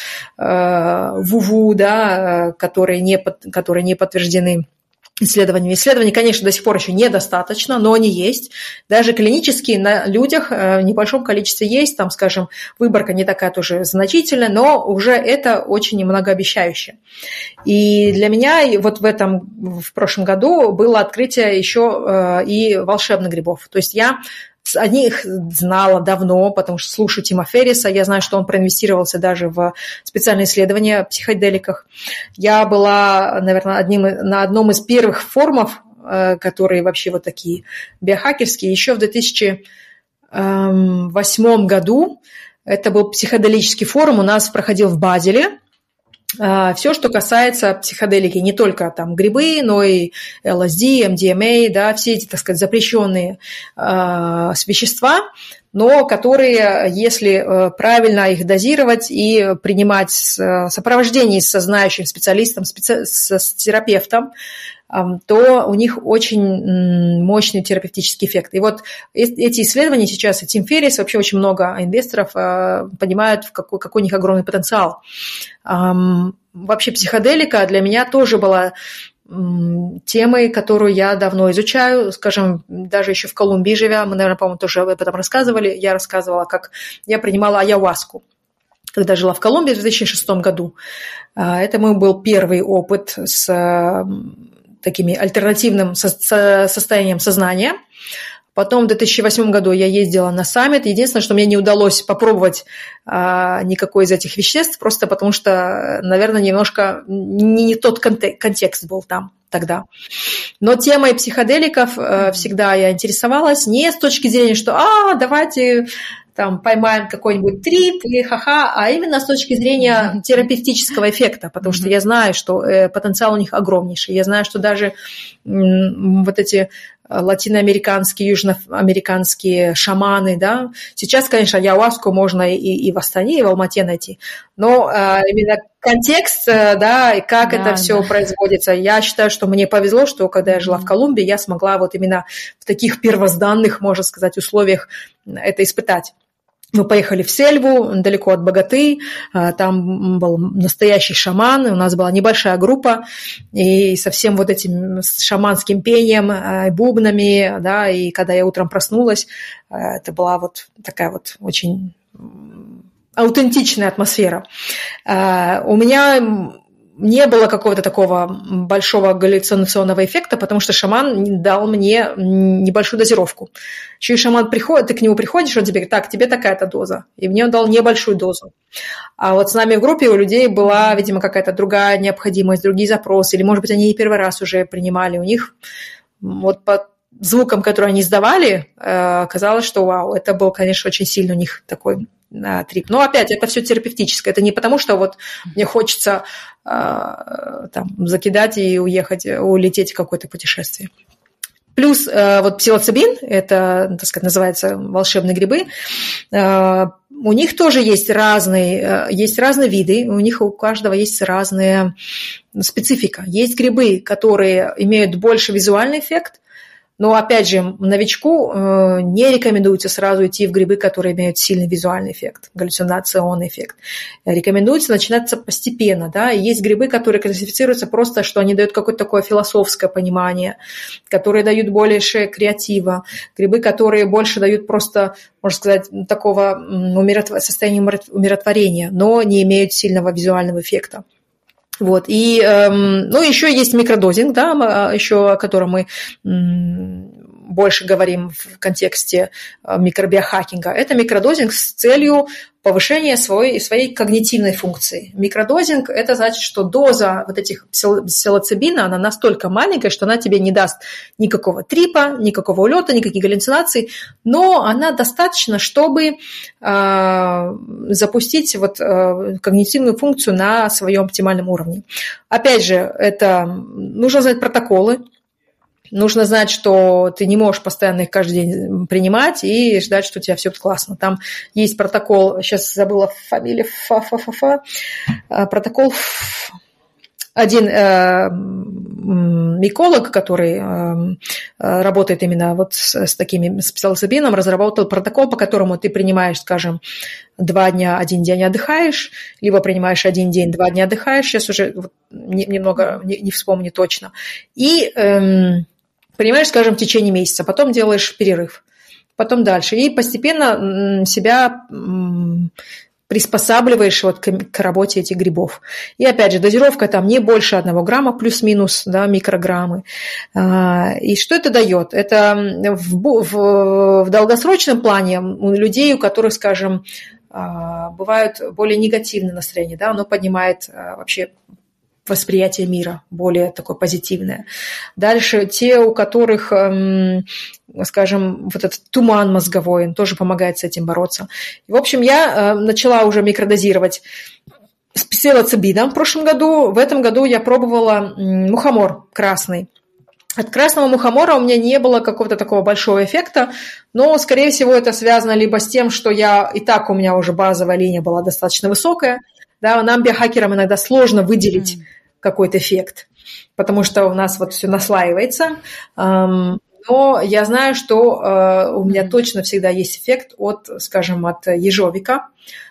ву-ву, да, которые не подтверждены исследованиями. Исследований, конечно, до сих пор еще недостаточно, но они есть. Даже клинические на людях в небольшом количестве есть. Там, скажем, выборка не такая тоже значительная, но уже это очень многообещающе. И для меня вот в прошлом году было открытие еще и волшебных грибов. То есть я о них знала давно, потому что слушаю Тима Ферриса, я знаю, что он проинвестировался даже в специальные исследования о психоделиках. Я была, наверное, на одном из первых форумов, которые вообще вот такие биохакерские, еще в 2008 году. Это был психоделический форум, у нас проходил в Базеле. Все, что касается психоделики, не только там грибы, но и ЛСД, МДМА, да, все эти, так сказать, запрещенные вещества, но которые, если правильно их дозировать и принимать в сопровождении со знающим специалистом, с терапевтом, то у них очень мощный терапевтический эффект. И вот эти исследования сейчас, и Тим Феррис, вообще очень много инвесторов понимают, какой у них огромный потенциал. Вообще психоделика для меня тоже была темой, которую я давно изучаю, скажем, даже еще в Колумбии живя, мы, наверное, по-моему, тоже об этом рассказывали, я рассказывала, как я принимала аяhuаску, когда жила в Колумбии в 2006 году. Это мой был первый опыт с таким альтернативным состоянием сознания. Потом в 2008 году я ездила на саммит. Единственное, что мне не удалось попробовать никакой из этих веществ, просто потому что, наверное, немножко не тот контекст был там тогда. Но темой психоделиков всегда я интересовалась не с точки зрения, что давайте там поймаем какой-нибудь трип и ха-ха, а именно с точки зрения терапевтического эффекта, потому что я знаю, что потенциал у них огромнейший. Я знаю, что даже вот эти латиноамериканские, южноамериканские шаманы, да, сейчас, конечно, аяhuasку можно и в Астане, и в Алмате найти, но именно контекст, да, и как это все производится, я считаю, что мне повезло, что когда я жила в Колумбии, я смогла вот именно в таких первозданных, можно сказать, условиях это испытать. Мы поехали в Сельву, далеко от Боготы, там был настоящий шаман, у нас была небольшая группа, и со всем вот этим шаманским пением, бубнами, да, и когда я утром проснулась, это была вот такая вот очень аутентичная атмосфера. У меня не было какого-то такого большого галлюцинационного эффекта, потому что шаман дал мне небольшую дозировку. Еще и шаман приходит, ты к нему приходишь, он тебе говорит, так, тебе такая-то доза. И мне он дал небольшую дозу. А вот с нами в группе у людей была, видимо, какая-то другая необходимость, другие запросы, или, может быть, они и первый раз уже принимали. У них вот по звукам, которые они издавали, казалось, что вау, это был, конечно, очень сильно у них такой трип. Но опять, это все терапевтическое. Это не потому, что вот мне хочется там закидать и улететь в какое-то путешествие. Плюс вот псилоцибин, это, так сказать, называется волшебные грибы, у них тоже есть разные виды, у них у каждого есть разная специфика. Есть грибы, которые имеют больше визуальный эффект, но, опять же, новичку не рекомендуется сразу идти в грибы, которые имеют сильный визуальный эффект, галлюцинационный эффект. Рекомендуется начинаться постепенно. Да? Есть грибы, которые классифицируются просто, что они дают какое-то такое философское понимание, которые дают больше креатива, грибы, которые больше дают просто, можно сказать, такого состояния умиротворения, но не имеют сильного визуального эффекта. Вот. И, еще есть микродозинг, да, еще о котором мы больше говорим в контексте микробиохакинга. Это микродозинг с целью повышения своей когнитивной функции. Микродозинг – это значит, что доза вот этих псилоцибина, она настолько маленькая, что она тебе не даст никакого трипа, никакого улета, никаких галлюцинаций, но она достаточно, чтобы запустить вот когнитивную функцию на своем оптимальном уровне. Опять же, это нужно знать протоколы. Нужно знать, что ты не можешь постоянно их каждый день принимать и ждать, что у тебя все классно. Там есть протокол, сейчас забыла фамилию, протокол. Один миколог, который работает именно вот с такими псилоцибином, разработал протокол, по которому ты принимаешь, скажем, 2 дня, 1 день отдыхаешь, либо принимаешь 1 день, 2 дня отдыхаешь, сейчас уже немного не вспомню точно, и принимаешь, скажем, в течение месяца, потом делаешь перерыв, потом дальше, и постепенно себя приспосабливаешь вот к работе этих грибов. И опять же, дозировка там не больше 1 грамма, плюс-минус, да, микрограммы. И что это дает? Это в долгосрочном плане у людей, у которых, скажем, бывают более негативные настроения, да, оно поднимает вообще восприятие мира, более такое позитивное. Дальше те, у которых, скажем, вот этот туман мозговой, он тоже помогает с этим бороться. В общем, я начала уже микродозировать с псилоцибином в прошлом году. В этом году я пробовала мухомор красный. От красного мухомора у меня не было какого-то такого большого эффекта, но, скорее всего, это связано либо с тем, что у меня уже базовая линия была достаточно высокая. Да, нам, биохакерам, иногда сложно выделить какой-то эффект, потому что у нас вот все наслаивается. Но я знаю, что у меня точно всегда есть эффект от ежовика,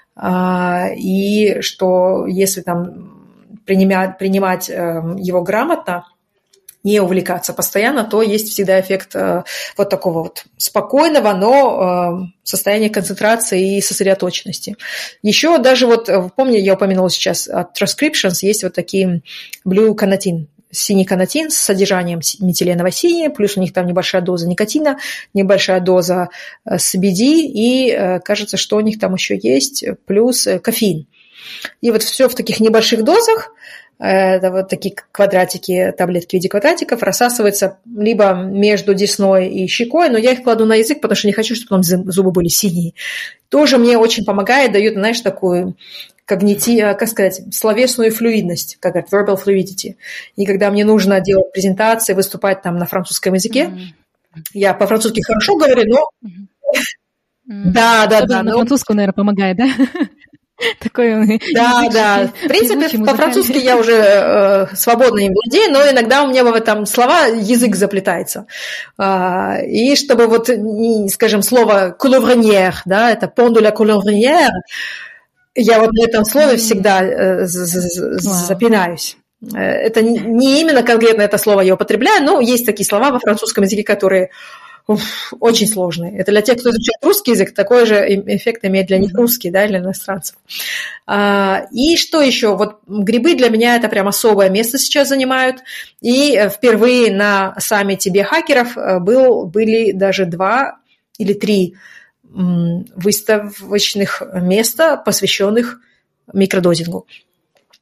и что если там принимать его грамотно, не увлекаться постоянно, то есть всегда эффект вот такого вот спокойного, но состояния концентрации и сосредоточенности. Еще даже вот, помню, я упомянула сейчас от Transcriptions, есть вот такие Blue Carnitine, синий канатин с содержанием метиленовой синей, плюс у них там небольшая доза никотина, небольшая доза CBD, и кажется, что у них там еще есть, плюс кофеин. И вот все в таких небольших дозах, это вот такие квадратики, таблетки в виде квадратиков, рассасываются либо между десной и щекой, но я их кладу на язык, потому что не хочу, чтобы там зубы были синие. Тоже мне очень помогает, дает, знаешь, такую словесную флюидность, как говорят, verbal fluidity. И когда мне нужно делать презентации, выступать там на французском языке, я по-французски хорошо говорю, но... Да. На французском, наверное, помогает, да? Такой да. В принципе, по-французски я уже свободно им владею, но иногда у меня бывают там слова, язык заплетается. И чтобы вот, скажем, слово «coulevrière», да, это «pont de la coulevrière», я вот на этом слове всегда запинаюсь. Это не именно конкретно это слово я употребляю, но есть такие слова во французском языке, которые... очень сложные. Это для тех, кто изучает русский язык, такой же эффект имеет для них русский, да, для иностранцев. И что еще? Вот грибы для меня это прям особое место сейчас занимают. И впервые на саммите биохакеров были даже 2 или 3 выставочных места, посвященных микродозингу.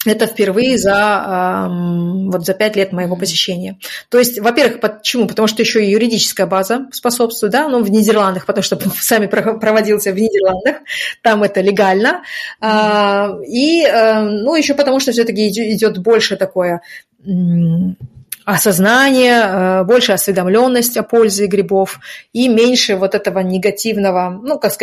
Это впервые за 5 лет моего посещения. То есть, во-первых, почему? Потому что еще и юридическая база способствует, да, в Нидерландах, потому что сами проводился в Нидерландах, там это легально. И, еще потому что все-таки идет больше такое осознание, больше осведомленность о пользе грибов и меньше вот этого негативного,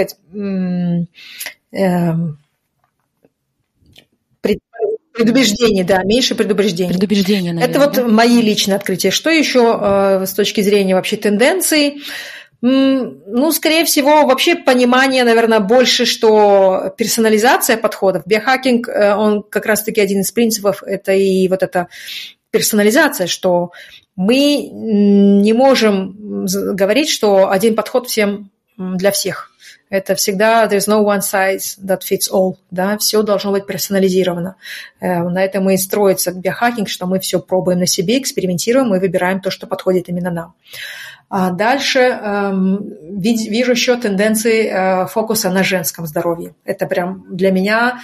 предубеждений, да, меньше предубеждений. Предубеждения, наверное. Это вот мои личные открытия. Что еще с точки зрения вообще тенденций? Скорее всего, вообще понимание, наверное, больше, что персонализация подходов. Биохакинг, он как раз-таки один из принципов, это и вот эта персонализация, что мы не можем говорить, что один подход всем для всех. Это всегда there's no one size that fits all, да, все должно быть персонализировано. На этом и строится биохакинг, что мы все пробуем на себе, экспериментируем и выбираем то, что подходит именно нам. А дальше вижу еще тенденции фокуса на женском здоровье. Это прям для меня,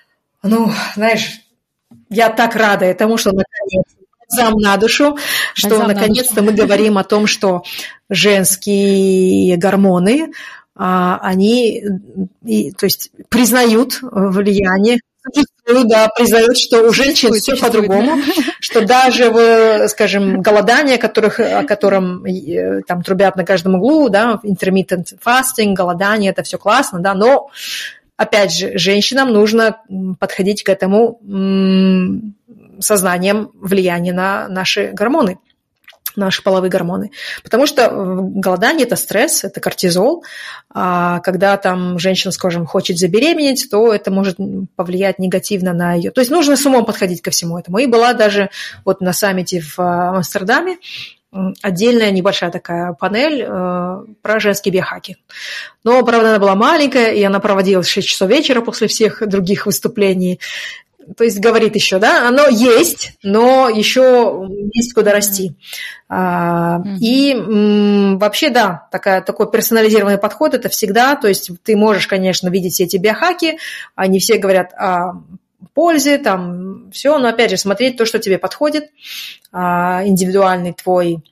я так рада этому, что наконец бальзам на душу, что наконец-то мы говорим о том, что женские гормоны они, то есть, признают влияние, признают, что у женщин все по-другому, что даже, скажем, голодание, о котором там трубят на каждом углу, да, intermittent fasting, голодание, это все классно, да, но, опять же, женщинам нужно подходить к этому сознанием влияния на наши гормоны. Наши половые гормоны. Потому что голодание – это стресс, это кортизол. А когда там женщина, скажем, хочет забеременеть, то это может повлиять негативно на ее. То есть нужно с умом подходить ко всему этому. И была даже вот на саммите в Амстердаме отдельная небольшая такая панель про женский биохакинг. Но, правда, она была маленькая, и она проводилась в 6 часов вечера после всех других выступлений. То есть говорит еще, да, оно есть, но еще есть куда расти. И вообще, да, такой персонализированный подход – это всегда, то есть ты можешь, конечно, видеть все эти биохаки, они все говорят о пользе, там все, но опять же смотреть то, что тебе подходит, индивидуальный твой,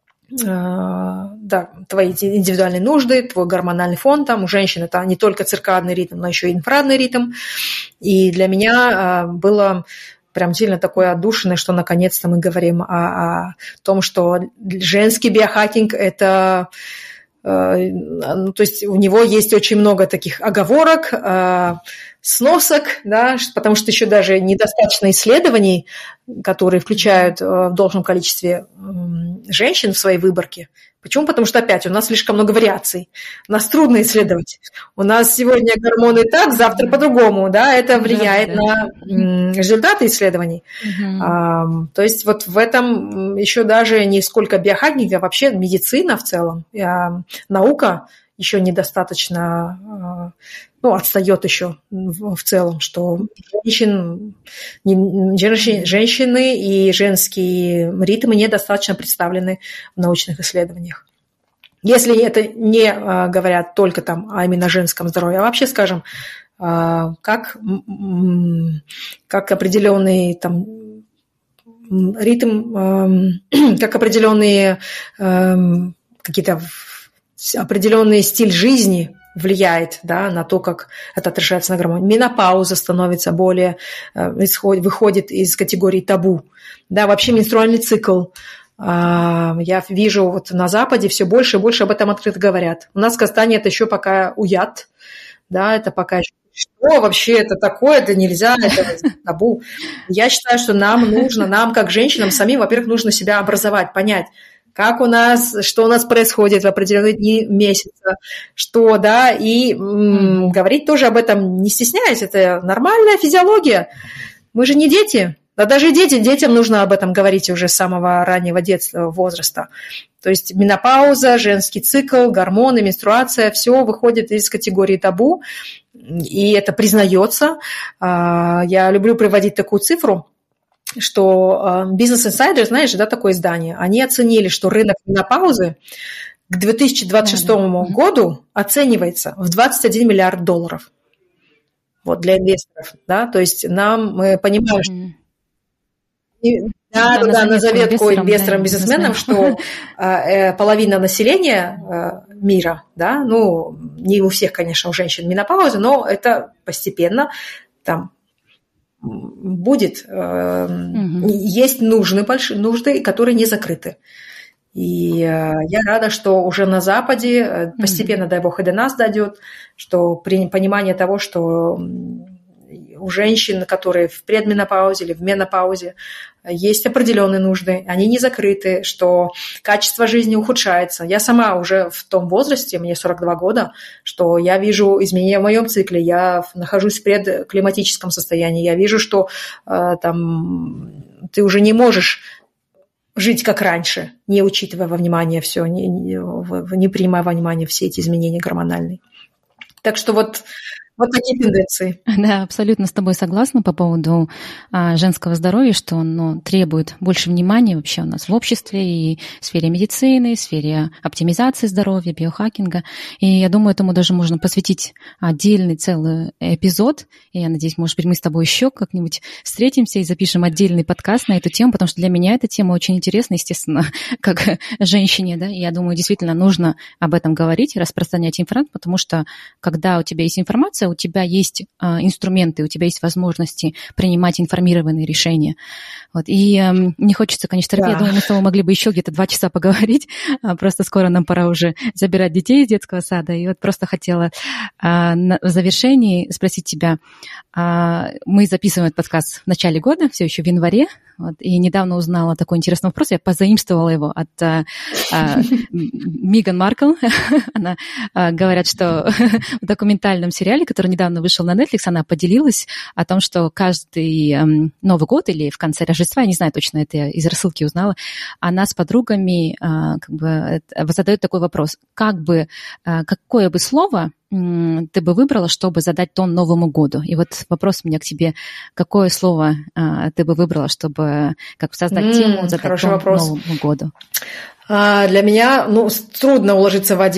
твои индивидуальные нужды, твой гормональный фон, там у женщин это не только циркадный ритм, но еще и инфраредный ритм. И для меня было прям сильно такое отдушина, что наконец-то мы говорим о том, что женский биохакинг – это… то есть у него есть очень много таких оговорок, сносок, да, потому что еще даже недостаточно исследований, которые включают в должном количестве женщин в своей выборке. Почему? Потому что, опять, у нас слишком много вариаций. Нас трудно исследовать. У нас сегодня гормоны так, завтра по-другому, да, это влияет на результаты исследований. То есть вот в этом еще даже не сколько биохакинга, а вообще медицина в целом, наука еще недостаточно, отстает еще в целом, что женщины и женские ритмы недостаточно представлены в научных исследованиях. Если это не говорят только там о именно женском здоровье, а вообще, скажем, как определенный там ритм, как определенные какие-то определенный стиль жизни влияет, да, на то, как это отражается на гормоне. Менопауза становится более, выходит из категории табу. Да, вообще менструальный цикл. Я вижу вот на Западе все больше и больше об этом открыто говорят. У нас в Казахстане это еще пока уят, да, это пока еще что вообще это такое, это нельзя, это табу. Я считаю, что нам как женщинам самим, во-первых, нужно себя образовать, понять, что у нас происходит в определенные дни месяца, что, да, и говорить тоже об этом не стесняясь, это нормальная физиология. Мы же не дети, да даже детям нужно об этом говорить уже с самого раннего детства, возраста. То есть менопауза, женский цикл, гормоны, менструация, все выходит из категории табу, и это признается. Я люблю приводить такую цифру, что Business Insider, знаешь, да, такое издание, они оценили, что рынок менопаузы к 2026 году оценивается в $21 миллиард. вот для инвесторов, да, то есть мы понимаем, что... Да, на заветку инвесторам, бизнесменам, что половина населения мира, да, ну, не у всех, конечно, у женщин менопауза, но это постепенно там будет. Есть нужды, которые не закрыты. И я рада, что уже на Западе постепенно, дай бог, и до нас дойдет, что понимание того, что у женщин, которые в предменопаузе или в менопаузе, есть определенные нужды, они не закрыты, что качество жизни ухудшается. Я сама уже в том возрасте, мне 42 года, что я вижу изменения в моем цикле, я нахожусь в предклиматическом состоянии, я вижу, что там ты уже не можешь жить как раньше, не учитывая во внимание все, не принимая во внимание все эти изменения гормональные. Так что вот такие тенденции. Да, абсолютно с тобой согласна по поводу женского здоровья, что оно требует больше внимания вообще у нас в обществе и в сфере медицины, в сфере оптимизации здоровья, биохакинга. И я думаю, этому даже можно посвятить отдельный целый эпизод. И я надеюсь, может быть, мы с тобой еще как-нибудь встретимся и запишем отдельный подкаст на эту тему, потому что для меня эта тема очень интересна, естественно, как женщине, да, и я думаю, действительно нужно об этом говорить и распространять информацию, потому что когда у тебя есть информация, у тебя есть инструменты, у тебя есть возможности принимать информированные решения. Вот. И не хочется, конечно, я думаю, мы с тобой могли бы еще где-то 2 часа поговорить, просто скоро нам пора уже забирать детей из детского сада. И вот просто хотела в завершении спросить тебя. Мы записываем этот подкаст в начале года, все еще в январе, вот, и недавно узнала такой интересный вопрос, я позаимствовала его от Меган Маркл. Она говорят, что в документальном сериале, который недавно вышел на Netflix, она поделилась о том, что каждый Новый год или в конце Рождества, я не знаю точно, это я из рассылки узнала, она с подругами как бы задает такой вопрос, какое бы слово ты бы выбрала, чтобы задать тон Новому году? И вот вопрос у меня к тебе. Какое слово ты бы выбрала, чтобы как создать тему, задать тон Новому году? Для меня трудно уложиться в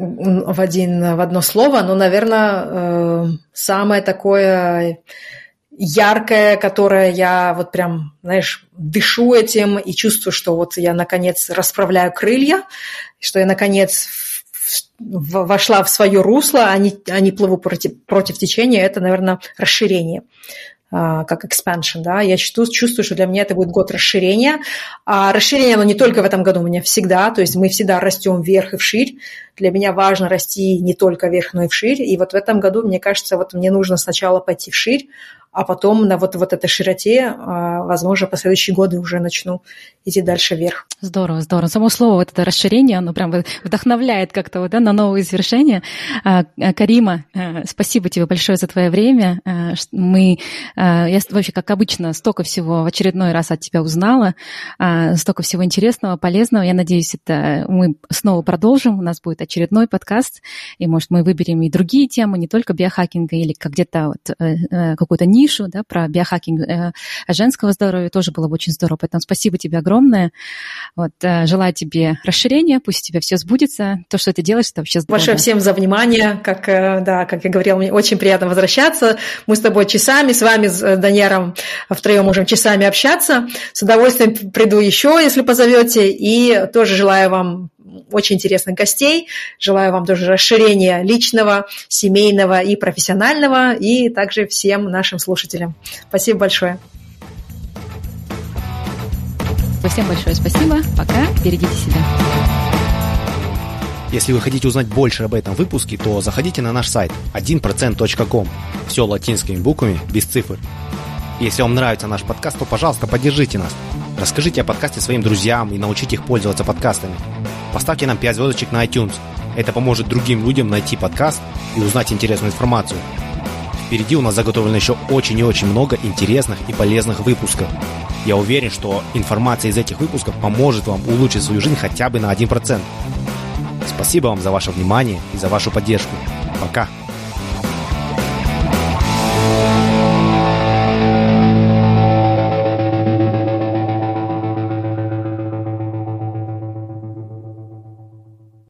одно слово, но, наверное, самое такое яркое, которое я вот прям, знаешь, дышу этим и чувствую, что вот я, наконец, расправляю крылья, что я, наконец, вошла в свое русло, а не плыву против течения, это, наверное, расширение, как expansion, да, я чувствую, что для меня это будет год расширения, а расширение, оно не только в этом году, у меня всегда, то есть мы всегда растем вверх и вширь, для меня важно расти не только вверх, но и вширь, и вот в этом году, мне кажется, вот мне нужно сначала пойти вширь, а потом на вот этой широте, возможно, последующие годы уже начну идти дальше вверх. Здорово, здорово. Само слово вот это расширение, оно прям вдохновляет как-то вот, да, на новые свершения. Карима, спасибо тебе большое за твое время. Я вообще, как обычно, столько всего в очередной раз от тебя узнала, столько всего интересного, полезного. Я надеюсь, это мы снова продолжим. У нас будет очередной подкаст, и, может, мы выберем и другие темы, не только биохакинга или как где-то вот какую-то нишу, да, про биохакинг женского здоровья, тоже было бы очень здорово. Поэтому спасибо тебе огромное. Вот, желаю тебе расширения, пусть у тебя все сбудется. То, что ты делаешь, это вообще здорово. Большое всем за внимание. Как я говорила, мне очень приятно возвращаться. Мы с тобой часами, с вами, с Данияром втроем можем часами общаться. С удовольствием приду еще, если позовете. И тоже желаю вам очень интересных гостей. Желаю вам тоже расширения личного, семейного и профессионального, и также всем нашим слушателям. Спасибо большое. Всем большое спасибо. Пока. Берегите себя. Если вы хотите узнать больше об этом выпуске, то заходите на наш сайт 1%.com. Все латинскими буквами, без цифр. Если вам нравится наш подкаст, то, пожалуйста, поддержите нас. Расскажите о подкасте своим друзьям и научите их пользоваться подкастами. Поставьте нам 5 звездочек на iTunes. Это поможет другим людям найти подкаст и узнать интересную информацию. Впереди у нас заготовлено еще очень и очень много интересных и полезных выпусков. Я уверен, что информация из этих выпусков поможет вам улучшить свою жизнь хотя бы на 1%. Спасибо вам за ваше внимание и за вашу поддержку. Пока!